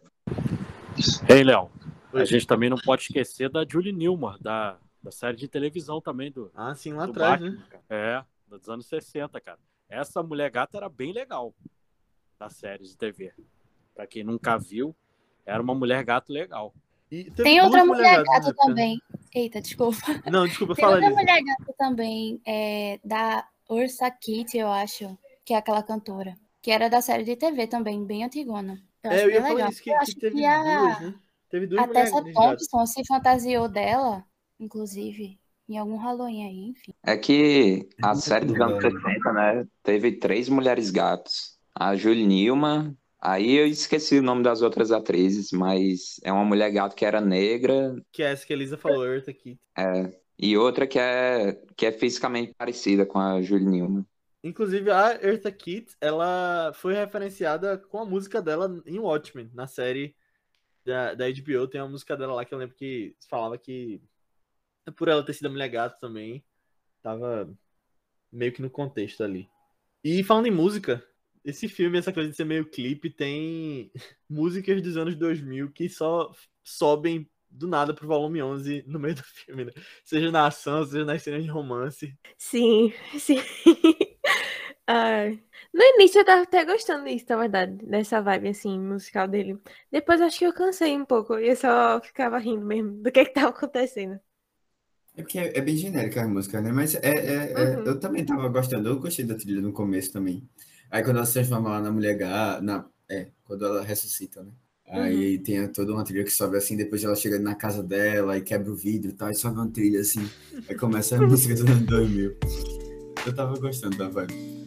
Ei, Léo, Oi. a gente também não pode esquecer da Julie Newmar, da série de televisão também Ah, sim, lá do atrás, Batman, né? cara. É, dos anos 60, cara. Essa Mulher Gata era bem legal, da série de TV. Pra quem nunca viu, era uma Mulher Gato legal. E teve Tem outra duas Mulher Mulher Gatas na Gato época, né? também. Eita, desculpa. Não, desculpa, Tem fala, outra Elisa. Mulher Gato também, da Ursa Kitt, eu acho, que é aquela cantora. Que era da série de TV também, bem antigona. Eu acho Eu bem ia falar legal. isso, Eu que acho teve que duas, né? Teve duas a Tessa Mulheres Gatas. Thompson se fantasiou dela, inclusive, em algum Halloween aí, enfim. É que a Muito série dos anos bom. 60, né? Teve 3 mulheres gatos. A Julie Newmar, aí eu esqueci o nome das outras atrizes, mas é uma mulher gato que era negra, Que é essa que a Elisa falou, Eartha Kitt. e outra que é fisicamente parecida com a Julie Newmar. Inclusive, a Eartha Kitt, ela foi referenciada com a música dela em Watchmen, na série da HBO. Tem uma música dela lá que eu lembro que falava que, por ela ter sido a Mulher Gato também, tava meio que no contexto ali. E falando em música, esse filme, essa coisa de ser meio clipe, tem músicas dos anos 2000 que só sobem do nada pro volume 11 no meio do filme, né? Seja na ação, seja nas cenas de romance. Sim, sim. Ai. No início eu tava até gostando disso, na verdade, dessa vibe, assim, musical dele. Depois acho que eu cansei um pouco e eu só ficava rindo mesmo do que tava acontecendo. É porque é bem genérica a música, né? Mas Uhum. eu também tava gostando, eu gostei da trilha no começo também. Aí quando ela se transforma lá na mulher quando ela ressuscita, né? Aí tem toda uma trilha que sobe assim, depois ela chega na casa dela e quebra o vidro e tal, e sobe uma trilha assim. Aí começa a música dos anos 2000. Eu tava gostando da vibe.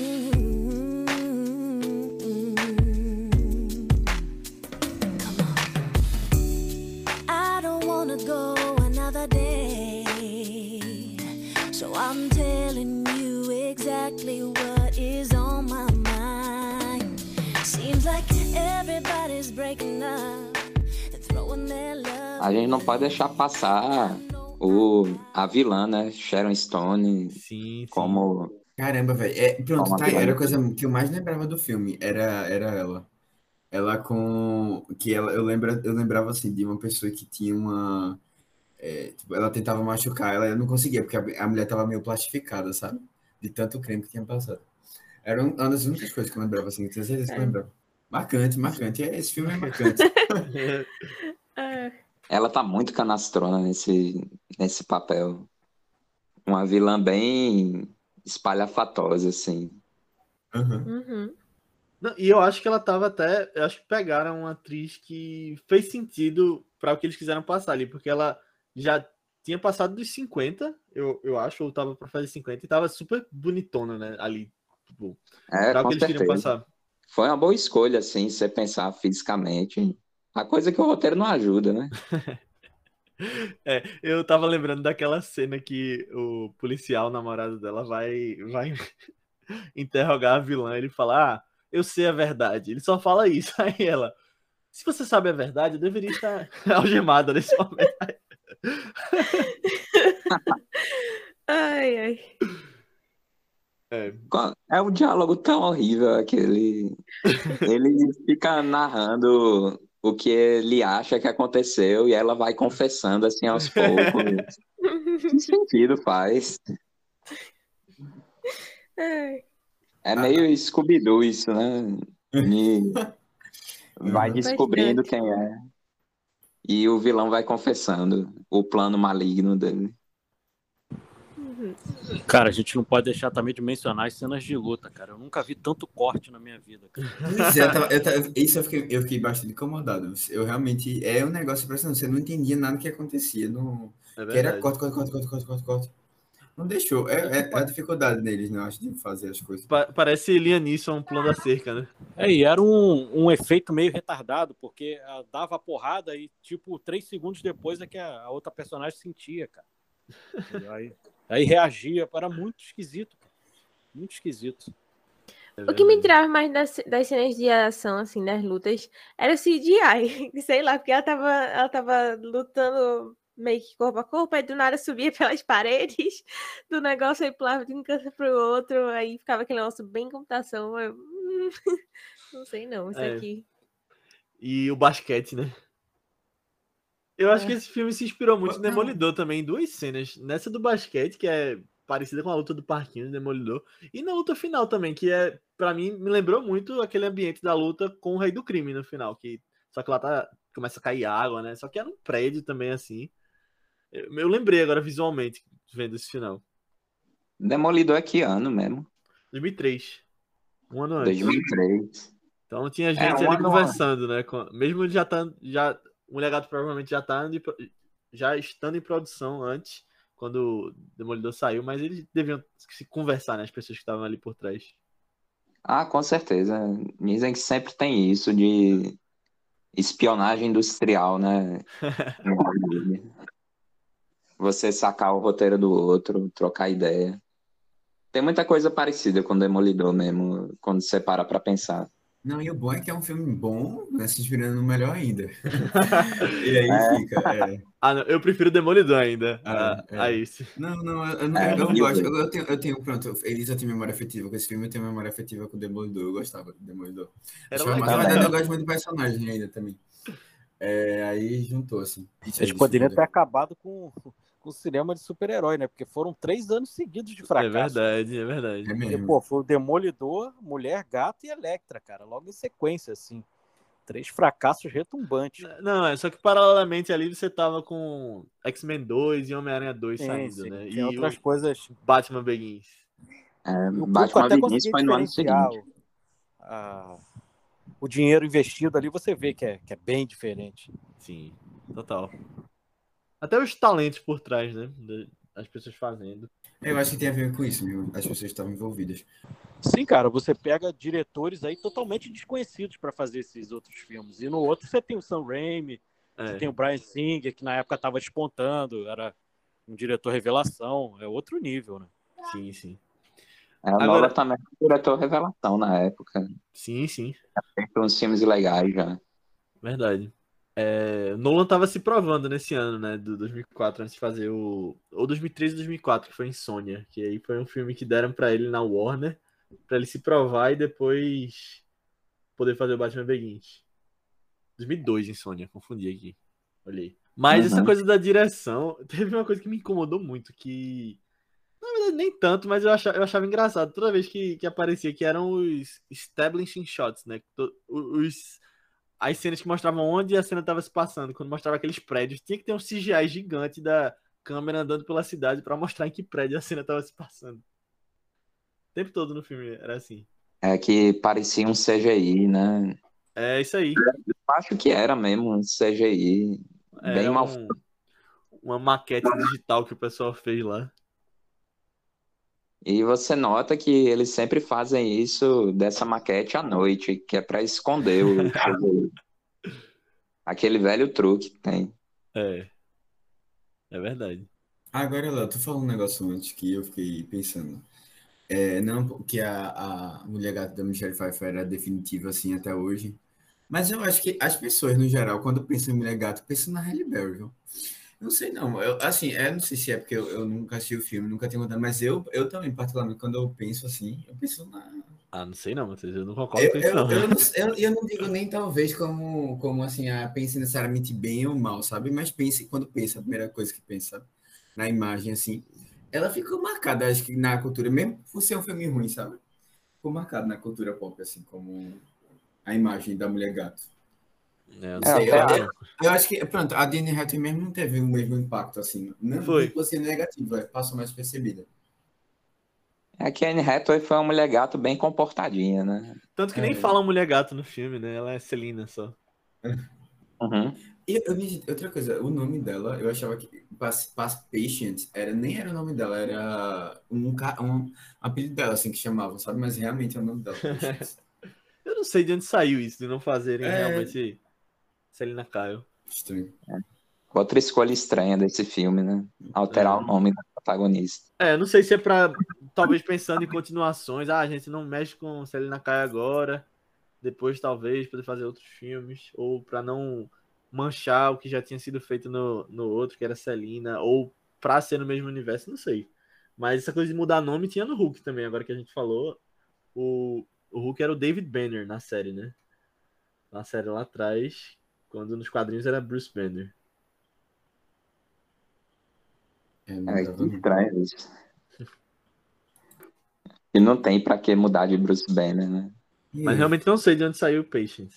I don't wanna go another day, so I'm telling you exactly what is on my mind. Seems like everybody's breaking up and throwing their love. A gente não pode deixar passar a vilã, né? Sharon Stone, Sim. como... Caramba, velho. Pronto, Como tá aí. vilã. Era a coisa que eu mais lembrava do filme. Era ela. Ela com. Eu lembrava assim de uma pessoa que tinha uma. Tipo, ela tentava machucar ela, eu não conseguia, porque a mulher tava meio plastificada, sabe? De tanto creme que tinha passado. Era uma das únicas coisas que eu lembrava, assim, eu tenho certeza que eu lembrava. Marcante, marcante. Esse filme é marcante. Ah, Ela tá muito canastrona nesse papel. Uma vilã bem espalhafatosa, assim. Uhum. uhum. Não, e eu acho que ela tava até. Eu acho que pegaram uma atriz que fez sentido para o que eles quiseram passar ali, porque ela já tinha passado dos 50, eu acho, ou tava para fazer 50, e tava super bonitona, né? Ali, tipo, para o Com que eles queriam certeza. passar. Foi uma boa escolha, assim, se você pensar fisicamente. A coisa que o roteiro não ajuda, né? Eu tava lembrando daquela cena que o policial, namorado dela, vai interrogar a vilã. Ele fala: Ah, eu sei a verdade. Ele só fala isso. Aí ela: Se você sabe a verdade, eu deveria estar algemada nesse momento. Ai, ai. É um diálogo tão horrível aquele. Ele fica narrando o que ele acha que aconteceu e ela vai confessando assim aos poucos. Que sentido faz? Ai. É meio Scooby-Doo isso, né? E vai Uhum. descobrindo Bastante. quem é. E o vilão vai confessando o plano maligno dele. Cara, a gente não pode deixar também de mencionar as cenas de luta, cara. Eu nunca vi tanto corte na minha vida, cara. Pois é, isso eu fiquei bastante incomodado. Eu realmente. É um negócio impressionante. Você não entendia nada que acontecia. É Que era verdade. corte. Não deixou. É a dificuldade deles, né? Eu acho, de fazer as coisas. Parece Liam Neeson pulando a cerca, né? E era um efeito meio retardado, porque dava a porrada e, tipo, 3 segundos depois é que a outra personagem sentia, cara. Aí reagia. Era muito esquisito, cara. Muito esquisito. O que me tirava mais das cenas de ação, assim, das lutas, era o CGI. Sei lá, porque ela tava lutando meio que corpo a corpo, aí do nada subia pelas paredes do negócio, aí pulava de um canto pro outro, aí ficava aquele negócio bem computação. Não sei não, isso aqui. E o basquete, né? Eu acho que esse filme se inspirou muito no Demolidor também, em 2 cenas. Nessa do basquete, que é parecida com a luta do parquinho do Demolidor, e na luta final também, que pra mim, me lembrou muito aquele ambiente da luta com o Rei do Crime no final, só que lá começa a cair água, né? Só que era um prédio também, assim. Eu lembrei agora visualmente, vendo esse final. Demolidor é que ano mesmo? 2003. Um ano antes. 2003. Então tinha gente ali conversando, né? Mesmo ele já o Legado provavelmente já estando em produção antes, quando o Demolidor saiu, mas eles deviam se conversar, né? As pessoas que estavam ali por trás. Com certeza. Dizem que sempre tem isso de espionagem industrial, né? Você sacar o roteiro do outro, trocar ideia. Tem muita coisa parecida com Demolidor mesmo, quando você para pra pensar. Não, e o bom é que é um filme bom, né, se inspirando no melhor ainda. E aí fica. Não, eu prefiro Demolidor ainda a isso. Não, eu gosto. Eu tenho, pronto, Elisa tem memória afetiva com esse filme, eu tenho memória afetiva com o Demolidor. Eu gostava do Demolidor. Era Mas, legal. na verdade, eu gosto muito do personagem ainda também. Aí juntou, assim. Eles poderiam ter acabado com o cinema de super-herói, né? Porque foram 3 anos seguidos de É fracasso. verdade, é verdade. É Porque, mesmo. pô, foi o Demolidor, Mulher Gato e Electra, cara. Logo em sequência, assim. 3 fracassos retumbantes. Não, é só que paralelamente ali você tava com X-Men 2 e Homem-Aranha 2 Sim, saindo, sim. né? Tem E outras o coisas. Batman Begins. O público Batman até Begins conseguia foi no ano diferenciar seguinte. o dinheiro investido ali, você vê que é bem diferente. Sim, total. Até os talentos por trás, né? Das pessoas fazendo. Eu acho que tem a ver com isso, viu? As pessoas estavam envolvidas. Sim, cara, você pega diretores aí totalmente desconhecidos para fazer esses outros filmes. E no outro você tem o Sam Raimi, você tem o Bryan Singer, que na época estava despontando, era um diretor revelação, é outro nível, né? Sim, sim. O Nolan também foi diretor revelação na época. Sim, sim. Feito uns filmes legais já. Verdade. Nolan tava se provando nesse ano, né? Do 2004, antes de fazer ou 2013 ou 2004, que foi Insônia. Que aí foi um filme que deram pra ele na Warner, pra ele se provar e depois poder fazer o Batman Begins. 2002, Insônia, confundi aqui. Olhei. Mas essa coisa da direção, teve uma coisa que me incomodou muito, que na verdade nem tanto, mas eu achava engraçado toda vez que aparecia, que eram os establishing shots, né? As cenas que mostravam onde a cena estava se passando, quando mostrava aqueles prédios, tinha que ter um CGI gigante da câmera andando pela cidade pra mostrar em que prédio a cena estava se passando. O tempo todo no filme era assim. É que parecia um CGI, né? É isso aí. Eu acho que era mesmo um CGI. Bem Era mal. uma maquete digital que o pessoal fez lá. E você nota que eles sempre fazem isso dessa maquete à noite, que é para esconder o CGI. Aquele velho truque que tem. É verdade. Agora, Léo, tu falou um negócio antes que eu fiquei pensando. Não que a Mulher Gato da Michelle Pfeiffer era definitiva assim até hoje. Mas eu acho que as pessoas, no geral, quando pensam em Mulher Gato, pensam na Halle Berry, viu? Não sei não. Eu não sei se é porque eu nunca assisti o filme, nunca tenho contado, mas eu também, particularmente, quando eu penso assim, eu penso na. Ah, não sei não, Matheus. Eu não concordo com isso, não. Eu não digo nem talvez como assim, pense necessariamente bem ou mal, sabe? Mas quando pensa, a primeira coisa que pensa na imagem, assim, ela ficou marcada, acho que na cultura, mesmo por ser um filme ruim, sabe? Ficou marcado na cultura pop, assim, como a imagem da Mulher Gato. Não sei, sei, eu acho que, pronto, a Anne Hathaway mesmo não teve o mesmo impacto, assim. Não Foi. ficou sendo negativo, passou mais percebida. É que a Anne Hathaway foi uma mulher gato bem comportadinha, né? Tanto que nem fala Mulher Gato no filme, né? Ela é Celina só. Uhum. E outra coisa, o nome dela, eu achava que Patient nem era o nome dela, era um apelido dela, assim, que chamavam, sabe? Mas realmente é o nome dela, Patience. Eu não sei de onde saiu isso, de não fazerem realmente Celina Kyle. Estranho. Outra escolha estranha desse filme, né? Alterar o nome da protagonista. Não sei se é pra, talvez pensando em continuações, a gente não mexe com Celina Kyle agora, depois talvez poder fazer outros filmes, ou pra não manchar o que já tinha sido feito no outro, que era Celina, ou pra ser no mesmo universo, não sei. Mas essa coisa de mudar nome tinha no Hulk também, agora que a gente falou, o Hulk era o David Banner na série, né? Na série lá atrás, quando nos quadrinhos era Bruce Banner. Que estranho isso. E não tem pra que mudar de Bruce Banner, né? Mas realmente não sei de onde saiu o Patience.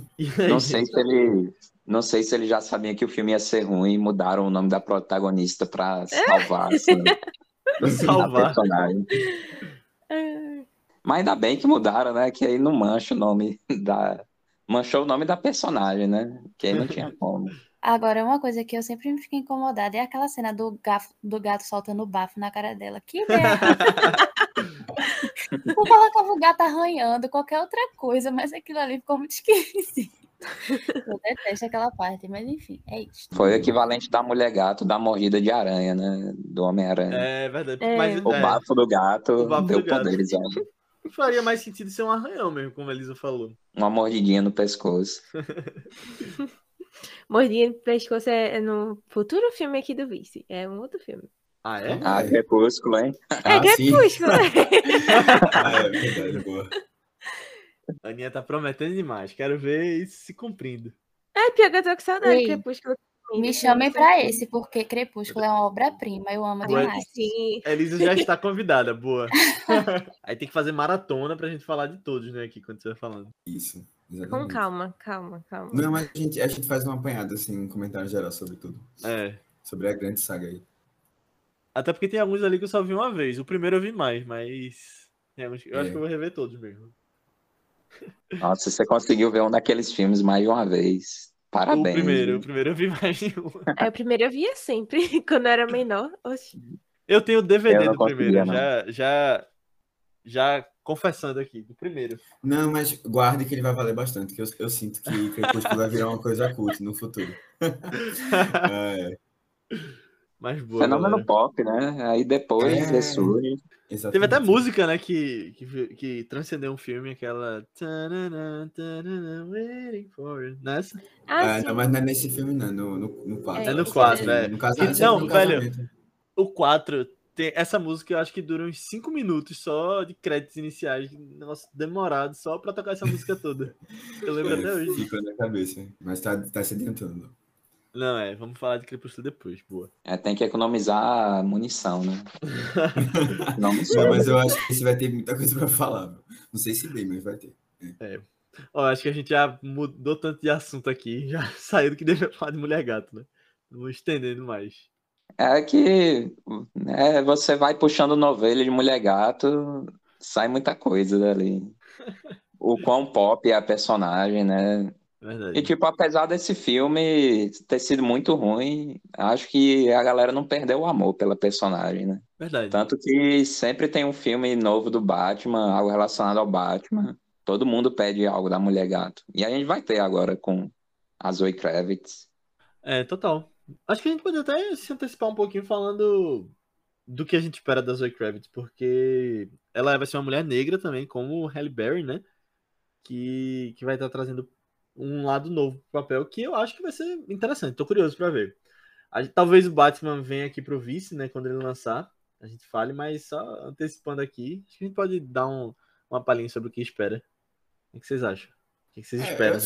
Não sei se ele já sabia que o filme ia ser ruim e mudaram o nome da protagonista pra salvar assim, a personagem. Mas ainda bem que mudaram, né? Que aí não mancha o nome manchou o nome da personagem, né? Que aí não tinha como. Agora, uma coisa que eu sempre me fico incomodada é aquela cena do gato soltando bafo na cara dela. Que ideia! Eu colocava o gato arranhando, qualquer outra coisa, mas aquilo ali ficou muito esquisito. Eu detesto aquela parte, mas enfim, é isso. Foi o equivalente da Mulher Gato, da mordida de aranha, né? Do Homem-Aranha. É verdade. Mas, o bafo do gato deu poderes. Faria mais sentido ser um arranhão mesmo, como a Elisa falou. Uma mordidinha no pescoço. Mordidinha no pescoço é no futuro filme aqui do Vice. É um outro filme. Ah, é? Crepúsculo, hein? Crepúsculo. É verdade, boa. A Aninha tá prometendo demais. Quero ver isso se cumprindo. Pior que eu tô com saudade de Ei, Crepúsculo também, Me desse chamem ano pra certinho. esse, porque Crepúsculo é uma obra-prima. Eu amo Ué, demais. Sim. Elisa já está convidada, boa. Aí tem que fazer maratona pra gente falar de todos, né, aqui, quando você vai falando. Isso, Com exatamente. calma. Não, mas a gente faz uma apanhada, assim, um comentário geral sobre tudo. É. Sobre a grande saga aí. Até porque tem alguns ali que eu só vi uma vez. O primeiro eu vi mais, mas eu acho que eu É. vou rever todos mesmo. Nossa, você conseguiu ver um daqueles filmes mais de uma vez. Parabéns. O primeiro eu vi mais de um. O primeiro eu via sempre, quando eu era menor. Oxi. Eu tenho o DVD Eu não do primeiro, conseguia, não. já confessando aqui, do primeiro. Não, mas guarde que ele vai valer bastante, que eu sinto que Crepúsculo vai virar uma coisa cult no futuro. Mas boa, Fenômeno galera. pop, né? Aí depois ressurge. Teve até Exatamente. música, né, que transcendeu um filme, aquela... Waiting for you. Nessa? Sim. Não, mas não é nesse filme, não, no 4. É no isso 4, mesmo. é. No casamento, sempre Não, no velho, casamento. o 4 tem essa música, eu acho que dura uns 5 minutos só de créditos iniciais. Nossa, demorado só pra tocar essa música toda. Eu lembro até hoje. Fica na cabeça, mas tá se adiantando. Não, vamos falar de Crepúsculo depois, boa. Tem que economizar munição, né? Não me Não, sobra. mas eu acho que esse vai ter muita coisa pra falar. Não sei se bem, mas vai ter. Ó, acho que a gente já mudou tanto de assunto aqui, já saiu do que devia falar de Mulher Gato, né? Não vou estendendo mais. É que você vai puxando novela de Mulher Gato, sai muita coisa dali. O quão pop é a personagem, né? Verdade. E, tipo, apesar desse filme ter sido muito ruim, acho que a galera não perdeu o amor pela personagem, né? Verdade. Tanto que sempre tem um filme novo do Batman, algo relacionado ao Batman. Todo mundo pede algo da Mulher Gato. E a gente vai ter agora com a Zoe Kravitz. Total. Acho que a gente pode até se antecipar um pouquinho falando do que a gente espera da Zoe Kravitz, porque ela vai ser uma mulher negra também, como Halle Berry, né? Que vai estar trazendo um lado novo pro papel, que eu acho que vai ser interessante. Tô curioso pra ver. Talvez o Batman venha aqui pro vice, né? Quando ele lançar, a gente fale, mas só antecipando aqui, acho que a gente pode dar uma palhinha sobre o que espera. O que vocês acham? O que vocês esperam?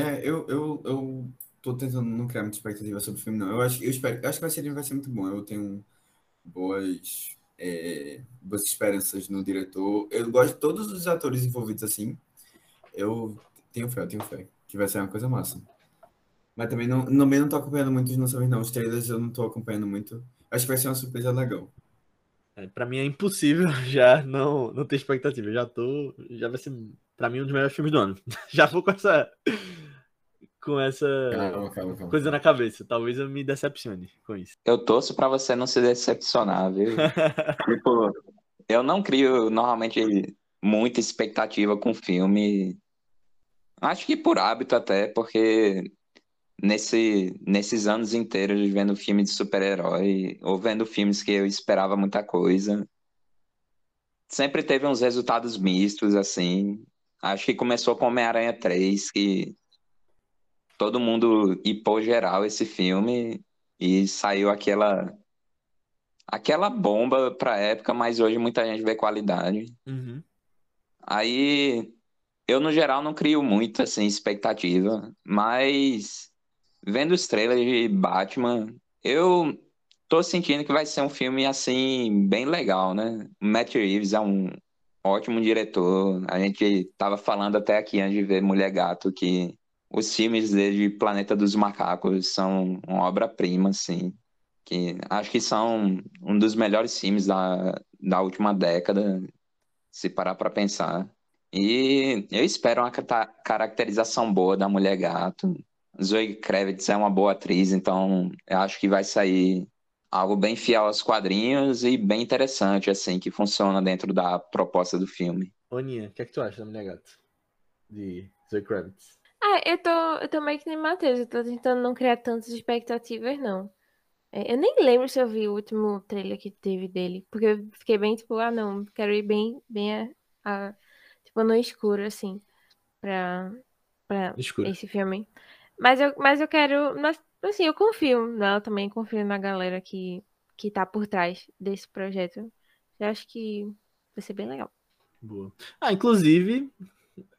Eu tô tentando não criar muita expectativa sobre o filme, não. Eu acho que vai ser muito bom. Eu tenho boas esperanças no diretor. Eu gosto de todos os atores envolvidos assim. Eu tenho fé que vai ser uma coisa massa. Mas também não tô acompanhando muito os lançamentos, não. Os trailers eu não tô acompanhando muito. Acho que vai ser uma surpresa legal. Pra mim é impossível já não ter expectativa. Já vai ser, pra mim, um dos melhores filmes do ano. Já vou com essa Calma. coisa na cabeça. Talvez eu me decepcione com isso. Eu torço pra você não se decepcionar, viu? Tipo, eu não crio normalmente muita expectativa com filme. Acho que por hábito até, porque nesses anos inteiros de vendo filme de super-herói, ou vendo filmes que eu esperava muita coisa, sempre teve uns resultados mistos, assim. Acho que começou com Homem-Aranha 3, que todo mundo hipou geral esse filme, e saiu aquela bomba pra época, mas hoje muita gente vê qualidade. Uhum. Aí, eu no geral não crio muito, assim, expectativa, mas vendo os trailers de Batman, eu tô sentindo que vai ser um filme, assim, bem legal, né? O Matt Reeves é um ótimo diretor. A gente tava falando até aqui antes de ver Mulher Gato que os filmes dele de Planeta dos Macacos são uma obra-prima, assim, que acho que são um dos melhores filmes da última década, se parar pra pensar. E eu espero uma caracterização boa da Mulher Gato. Zoe Kravitz é uma boa atriz, então eu acho que vai sair algo bem fiel aos quadrinhos e bem interessante, assim, que funciona dentro da proposta do filme. Ô, Ninha, o que é que tu acha da Mulher Gato? De Zoe Kravitz? Eu tô meio que nem Matheus, eu tô tentando não criar tantas expectativas, não. Eu nem lembro se eu vi o último trailer que teve dele, porque eu fiquei bem tipo, não, quero ir bem tipo, no escuro, assim, pra Escuro. esse filme. Mas eu quero, assim, eu confio nela também, confio na galera que tá por trás desse projeto. Eu acho que vai ser bem legal. Boa. Inclusive,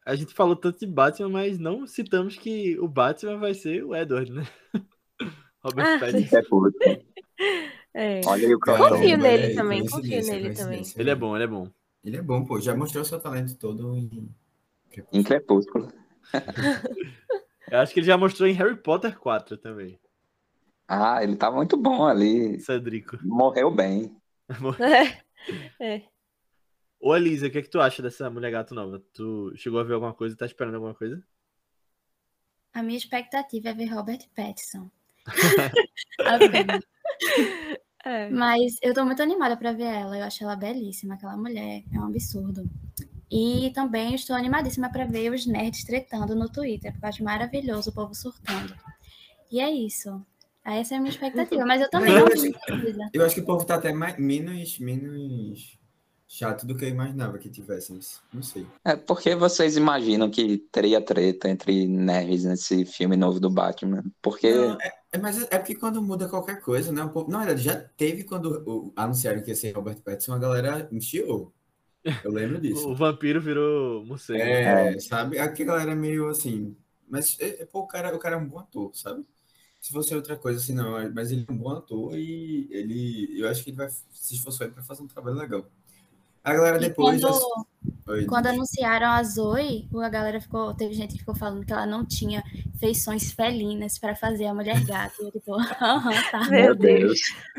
A gente falou tanto de Batman, mas não citamos que o Batman vai ser o Edward, né? Robert Pattinson. É puro. É. Olha aí o Confio crossover. nele é, também, confio coincidência, nele também. coincidência. Ele é bom, ele é bom. Ele é bom, pô. Já mostrou seu talento todo em Em Crepúsculo. Eu acho que ele já mostrou em Harry Potter 4 também. Ah, ele tá muito bom ali. Cedrico. Morreu bem. É. Ô, Elisa, o que é que tu acha dessa Mulher Gato nova? Tu chegou a ver alguma coisa? Tá esperando alguma coisa? A minha expectativa é ver Robert Pattinson. Apenas. É. Mas eu tô muito animada pra ver ela. Eu acho ela belíssima, aquela mulher. É um absurdo. E também estou animadíssima pra ver os nerds tretando no Twitter, porque eu acho maravilhoso o povo surtando. E é isso. Essa é a minha expectativa. Mas eu também não vi muita coisa. Eu acho que o povo tá até menos chato do que eu imaginava que tivéssemos. Não sei. É porque vocês imaginam que teria treta entre nerds nesse filme novo do Batman? Porque Não, mas é porque quando muda qualquer coisa, né? Na verdade, já teve quando anunciaram que ia ser Robert Pattinson, a galera enchiou. Eu lembro disso. O vampiro virou morcego. Né? Sabe? Aqui a galera é meio assim. Mas pô, o cara é um bom ator, sabe? Se fosse outra coisa assim, não. Mas ele é um bom ator e eu acho que ele vai se esforçar para fazer um trabalho legal. A galera E depois quando anunciaram a Zoe, a galera teve gente que ficou falando que ela não tinha feições felinas para fazer a Mulher Gato. E eu tipo, tá. Meu Deus.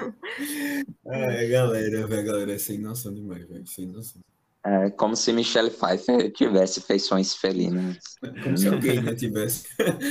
A galera é sem noção demais, velho. Sem noção. é como se Michelle Pfeiffer tivesse feições felinas. Como se alguém não tivesse.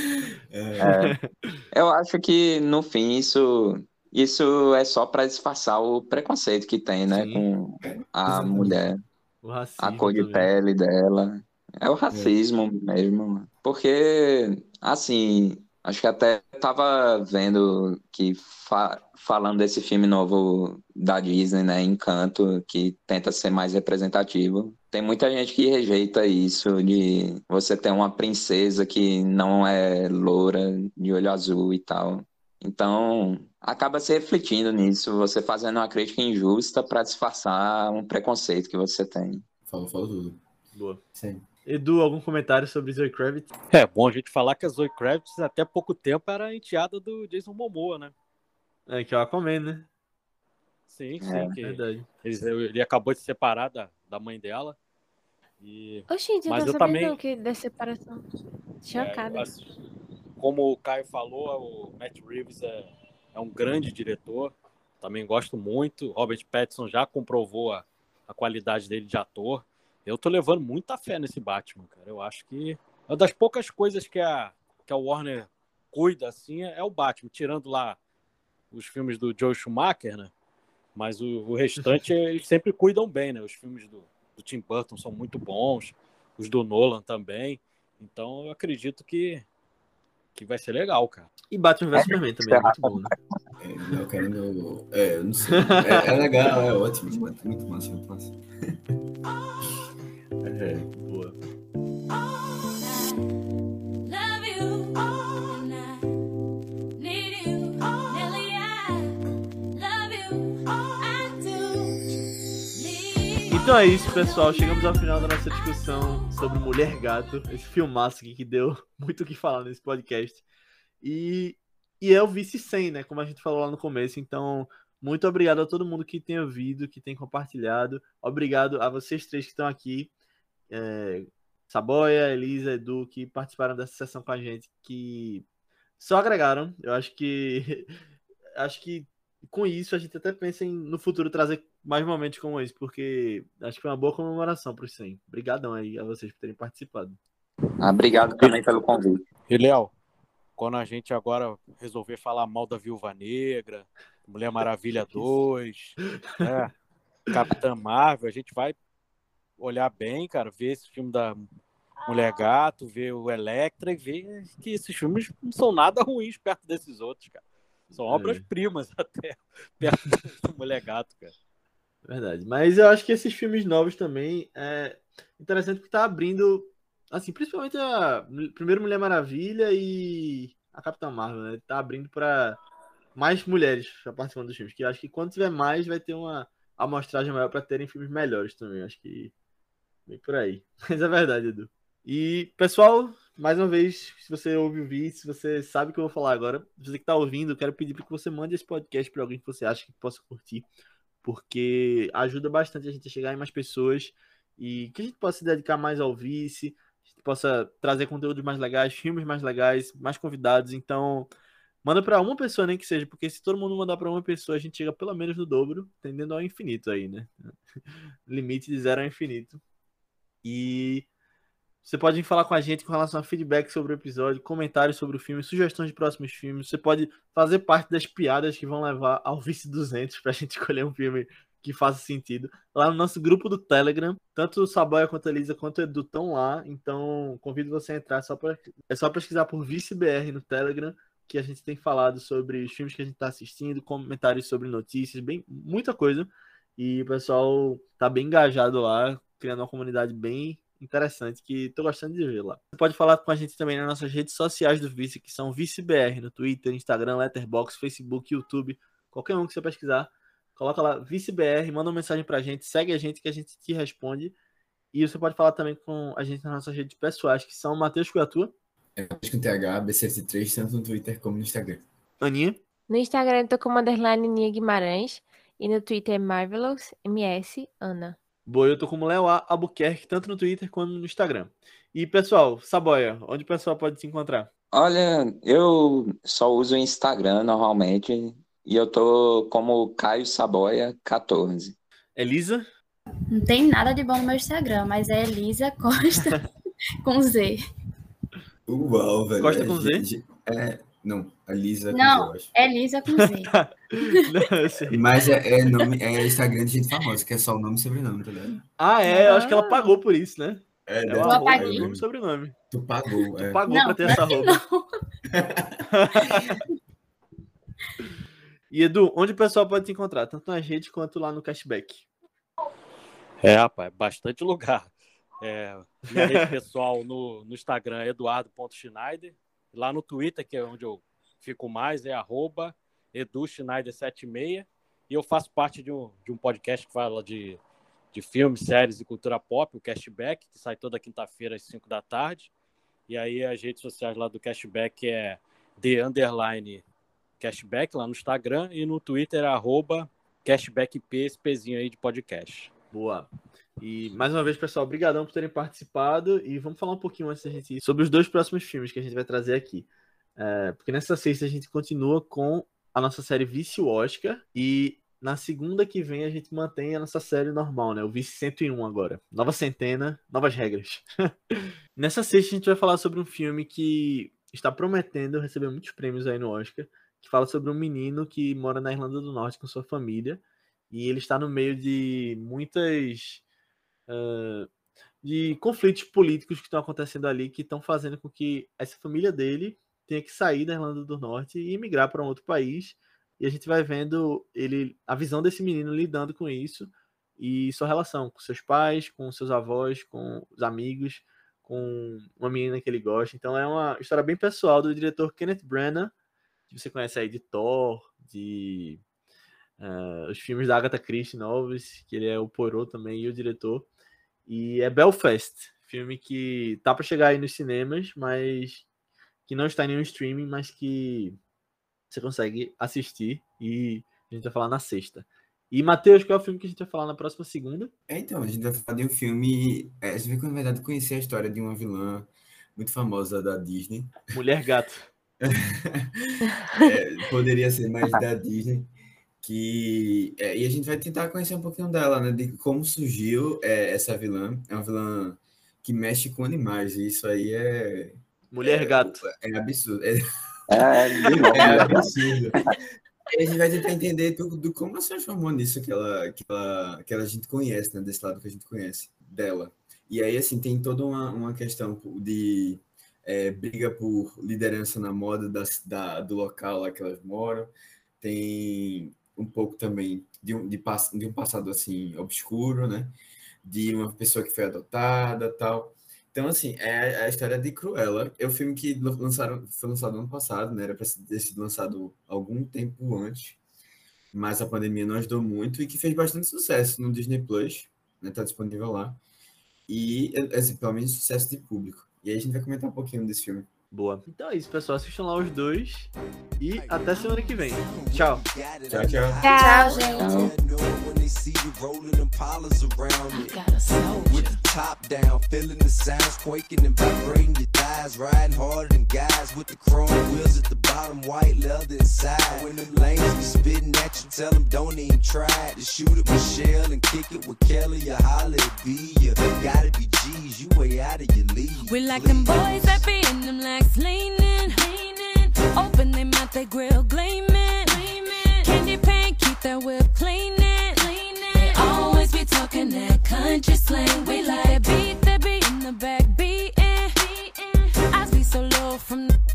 Eu acho que, no fim, isso é só para disfarçar o preconceito que tem, né, Sim. com a Exatamente. mulher, O racismo a cor de também. pele dela. É o racismo mesmo. Porque, assim, acho que até tava vendo que falando desse filme novo da Disney, né, Encanto, que tenta ser mais representativo. Tem muita gente que rejeita isso de você ter uma princesa que não é loura, de olho azul e tal. Então, acaba se refletindo nisso, você fazendo uma crítica injusta para disfarçar um preconceito que você tem. Falou tudo. Boa. Sim. Edu, algum comentário sobre Zoe Kravitz? É bom a gente falar que a Zoe Kravitz até pouco tempo era a enteada do Jason Momoa, né? É que é o Aquaman, né? Sim, que Verdade. ele acabou de se separar da mãe dela. Oxente, eu Mas não eu sabia também- não que da separação. Chocada. Como o Caio falou, o Matt Reeves é um grande diretor. Também gosto muito. Robert Pattinson já comprovou a qualidade dele de ator. Eu tô levando muita fé nesse Batman, cara. Eu acho que uma das poucas coisas que a Warner cuida, assim, é o Batman. Tirando lá os filmes do Joel Schumacher, né? Mas o restante eles sempre cuidam bem, né? Os filmes do Tim Burton são muito bons. Os do Nolan também. Então eu acredito que vai ser legal, cara. E Batman vs Superman também é muito bom, né? Eu querendo. Eu não sei. É legal, é ótimo. Muito massa, muito massa. Boa. Love you and I need you, Nelly. I love you, I do need. Então é isso, pessoal. Chegamos ao final da nossa discussão sobre Mulher Gato. Esse filmaço aqui que deu muito o que falar nesse podcast. E é o Vice 100, né? Como a gente falou lá no começo. Então, muito obrigado a todo mundo que tem ouvido, que tem compartilhado. Obrigado a vocês três que estão aqui. Saboia, Elisa, Edu, que participaram dessa sessão com a gente, que só agregaram. Eu acho que com isso a gente até pensa em no futuro trazer mais momentos como esse, porque acho que foi uma boa comemoração para os 100. Obrigadão aí a vocês por terem participado. Obrigado também pelo convite. E, Léo, quando a gente agora resolver falar mal da Viúva Negra, Mulher Maravilha 2, né, Capitã Marvel, a gente vai olhar bem, cara, ver esse filme da Mulher Gato, ver o Electra e ver que esses filmes não são nada ruins perto desses outros, cara. São obras-primas até perto da Mulher Gato, cara. Verdade. Mas eu acho que esses filmes novos também é interessante porque tá abrindo, assim, principalmente a primeiro Mulher Maravilha e a Capitã Marvel, né? Tá abrindo para mais mulheres participando dos filmes. Que eu acho que quando tiver mais, vai ter uma amostragem maior para terem filmes melhores também. Eu acho que vem por aí. Mas é verdade, Edu. E, pessoal, mais uma vez, se você ouve o vídeo, se você sabe o que eu vou falar agora, você que está ouvindo, eu quero pedir para que você mande esse podcast para alguém que você acha que possa curtir, porque ajuda bastante a gente a chegar em mais pessoas e que a gente possa se dedicar mais ao Vice, a gente possa trazer conteúdos mais legais, filmes mais legais, mais convidados. Então, manda para uma pessoa nem que seja, porque se todo mundo mandar para uma pessoa, a gente chega pelo menos no dobro, tendendo ao infinito aí, né? Limite de 0 ao infinito. E você pode vir falar com a gente com relação a feedback sobre o episódio, comentários sobre o filme, sugestões de próximos filmes. Você pode fazer parte das piadas que vão levar ao Vice 200 pra gente escolher um filme que faça sentido. Lá no nosso grupo do Telegram, tanto o Saboia quanto a Elisa quanto o Edu estão lá. Então, convido você a entrar. É só pesquisar por ViceBR no Telegram, que a gente tem falado sobre os filmes que a gente está assistindo, comentários sobre notícias, muita coisa. E o pessoal tá bem engajado lá, criando uma comunidade bem interessante, que tô gostando de ver lá. Você pode falar com a gente também nas nossas redes sociais do Vice, que são ViceBR, no Twitter, Instagram, Letterboxd, Facebook, YouTube, qualquer um que você pesquisar, coloca lá ViceBR, manda uma mensagem pra gente, segue a gente que a gente te responde. E você pode falar também com a gente nas nossas redes pessoais, que são Matheus Cuiatua, Com TH, B73, tanto no Twitter como no Instagram. Aninha, No Instagram eu tô como underline Nia Guimarães e no Twitter é Marvelous MS Ana. boa, eu tô como Léo Albuquerque, tanto no Twitter quanto no Instagram. E pessoal, Saboia, onde o pessoal pode se encontrar? Olha, eu só uso o Instagram normalmente e eu tô como Caio Saboia 14. Elisa? Não tem nada de bom no meu Instagram, mas é Elisa Costa com Z. Uau, velho. Costa com Z? Não, a Lisa com Z, Não, eu acho. é Elisa com Z. Não, eu sei. Mas é Instagram de gente famosa, que é só o nome e sobrenome, tá ligado? Ah, é, eu acho que ela pagou por isso, né? É, É o Eu apaguei. nome e sobrenome. Tu pagou, Tu é. pagou Não, pra ter essa roupa. não. E Edu, onde o pessoal pode te encontrar? Tanto nas redes quanto lá no Cashback. Rapaz, bastante lugar. Minha rede pessoal no Instagram é eduardo.schneider. Lá no Twitter, que é onde eu fico mais, é @eduschneider76. E eu faço parte de um podcast que fala de filmes, séries e cultura pop, o Cashback, que sai toda quinta-feira às 5 da tarde. E aí as redes sociais lá do Cashback é @cashback lá no Instagram, e no Twitter é @cashbackp, esse pezinho aí de podcast. Boa. E mais uma vez, pessoal, obrigadão por terem participado. E vamos falar um pouquinho antes da gente ir sobre os 2 próximos filmes que a gente vai trazer aqui. Porque nessa sexta a gente continua com a nossa série Vice Oscar. E na segunda que vem a gente mantém a nossa série normal, né? O Vice 101 agora. Nova centena, novas regras. Nessa sexta a gente vai falar sobre um filme que está prometendo receber muitos prêmios aí no Oscar, que fala sobre um menino que mora na Irlanda do Norte com sua família. E ele está no meio de de conflitos políticos que estão acontecendo ali, que estão fazendo com que essa família dele tenha que sair da Irlanda do Norte e migrar para um outro país. E a gente vai vendo a visão desse menino lidando com isso e sua relação com seus pais, com seus avós, com os amigos, com uma menina que ele gosta. Então é uma história bem pessoal do diretor Kenneth Branagh, que você conhece aí de Thor, de os filmes da Agatha Christie novos, que ele é o Poirot também e o diretor. E é Belfast, filme que tá para chegar aí nos cinemas, mas que não está em nenhum streaming, mas que você consegue assistir, e a gente vai falar na sexta. E, Matheus, qual é o filme que a gente vai falar na próxima segunda? Então, a gente vai falar de um filme. Você vê que, na verdade, conhecer a história de uma vilã muito famosa da Disney. Mulher Gato. Poderia ser mais da Disney. E a gente vai tentar conhecer um pouquinho dela, né? De como surgiu essa vilã. É uma vilã que mexe com animais, e isso aí Mulher Gato. é absurdo. De É novo, né? absurdo. E a gente vai tentar entender do como ela se transformou nisso que a gente conhece, né? Desse lado que a gente conhece dela. E aí, assim, tem toda uma questão de briga por liderança na moda do local lá que elas moram. Tem um pouco também de um passado, assim, obscuro, né? De uma pessoa que foi adotada, tal. Então, assim, é a história de Cruella. É um filme que foi lançado ano passado, né? Era para ter sido lançado algum tempo antes, mas a pandemia não ajudou muito, e que fez bastante sucesso no Disney Plus, né? Tá disponível lá. E, assim, pelo menos sucesso de público. E aí a gente vai comentar um pouquinho desse filme. Boa. Então é isso, pessoal. Assistam lá os dois. E até semana que vem. Tchau. Tchau, tchau. Tchau, gente. With the top down, feeling the sounds quaking and vibrating your thighs, riding harder than guys with the chrome wheels at the bottom, white leather inside. When them lanes be spitting at you, tell them don't even try to shoot at Michelle and kick it with Kelly or holler at B. You gotta be G's, you way out of your league. We like them boys that be in them legs leaning, open them mouth, they grill gleaming, candy paint, keep that whip cleaning. They always be talking that country slang. We like that beat in the back beating. I be so low from the...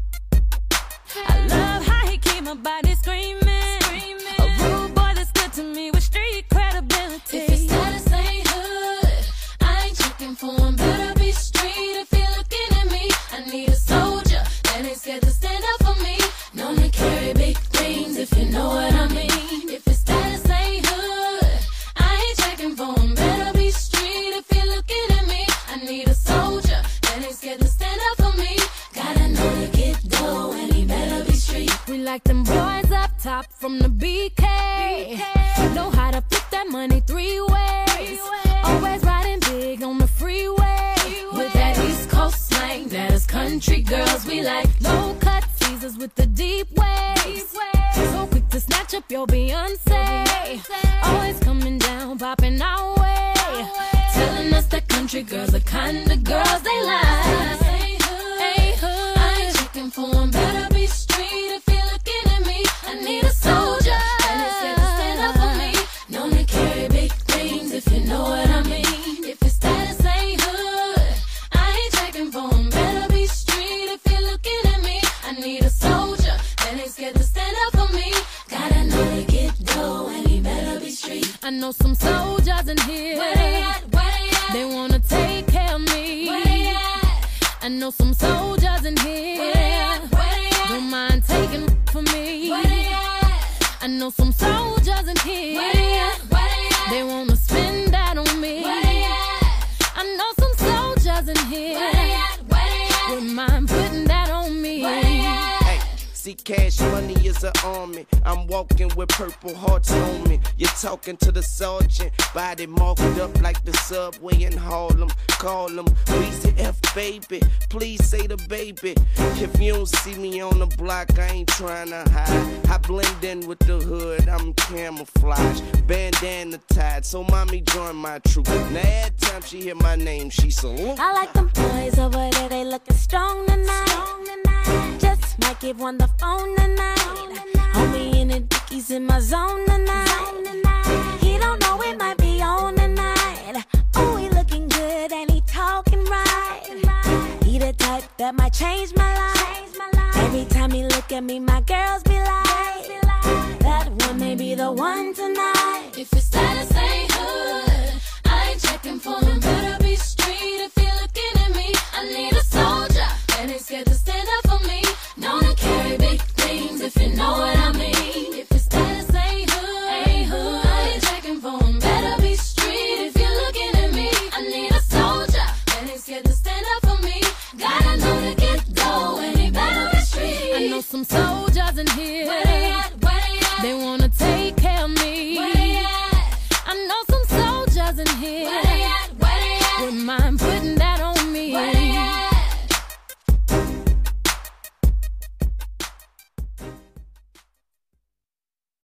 I love how he keep my body screaming. A rude boy that's good to me with street credibility. If his status ain't hood, I ain't checking for him. Better be street if you're looking at me. I need a soldier that ain't scared to stand up for me. Known to carry big things if you know what I mean. If his status ain't hood, I ain't checking for him. Better be street if you're looking at me. I need a soldier that ain't scared to stand up for me. Gotta know to get dough and he better be street. We like them boys up top from the BK. Know how to flip that money 3 ways. Always riding big on the freeway. With that East Coast slang, that is country girls we like. Low cut teasers with the deep waves. So quick to snatch up your Beyonce. Always coming down, popping our way. Telling us that country girls the kind of girls they like. Hey, hood. I ain't checking for him. Better be street if you're looking at me. I need a soldier that is scared to stand up for me. Known to carry big things if you know what I mean. If his status ain't hood, I ain't checking for him. Better be street if you're looking at me. I need a soldier that ain't scared to stand up for me. Gotta know to get dough and he better be street. I know some soldiers in here. Where they at? Where they at? They wanna take care of me. Where they at? I know some soldiers in here. Where they at? Where they at? Don't mind taking for me. Where they at? I know some soldiers in here. Where they at? Where they at? They wanna spend that on me. Where they at? I know some soldiers in here. Where they at? Where they at? Wouldn't mind putting that on me. Where they at? See, cash money is an army. I'm walking with purple hearts on me. You're talking to the sergeant, body marked up like the subway in Harlem. Call him Weezy F, baby. Please say the baby. If you don't see me on the block, I ain't trying to hide. I blend in with the hood, I'm camouflage. Bandana tied, so mommy join my troop. Now every time she hear my name, she salute. I like them boys over there, they looking strong tonight. Just might give one the phone tonight. Homie in the dickies in my zone tonight. He don't know it might be on tonight. Oh, he looking good and he talking right. He the type that might change my life. Every time he look at me, my girls be like, that one may be the one tonight. If his status ain't hood, I ain't checking for him. Better be street if you're looking at me. I need a soldier that ain't scared to stand up for me. Known to carry big things if you know what I mean. If his status ain't hood, I ain't checking for him. Better be street if you're looking at me. I need a soldier that ain't scared to stand up for me. Gotta know to get dough and he better be street. I know some soldiers in here. Where they at? Where they at? They wanna take care of me. Where they at? I know some soldiers in here. Where they at? Where they at? Wouldn't mind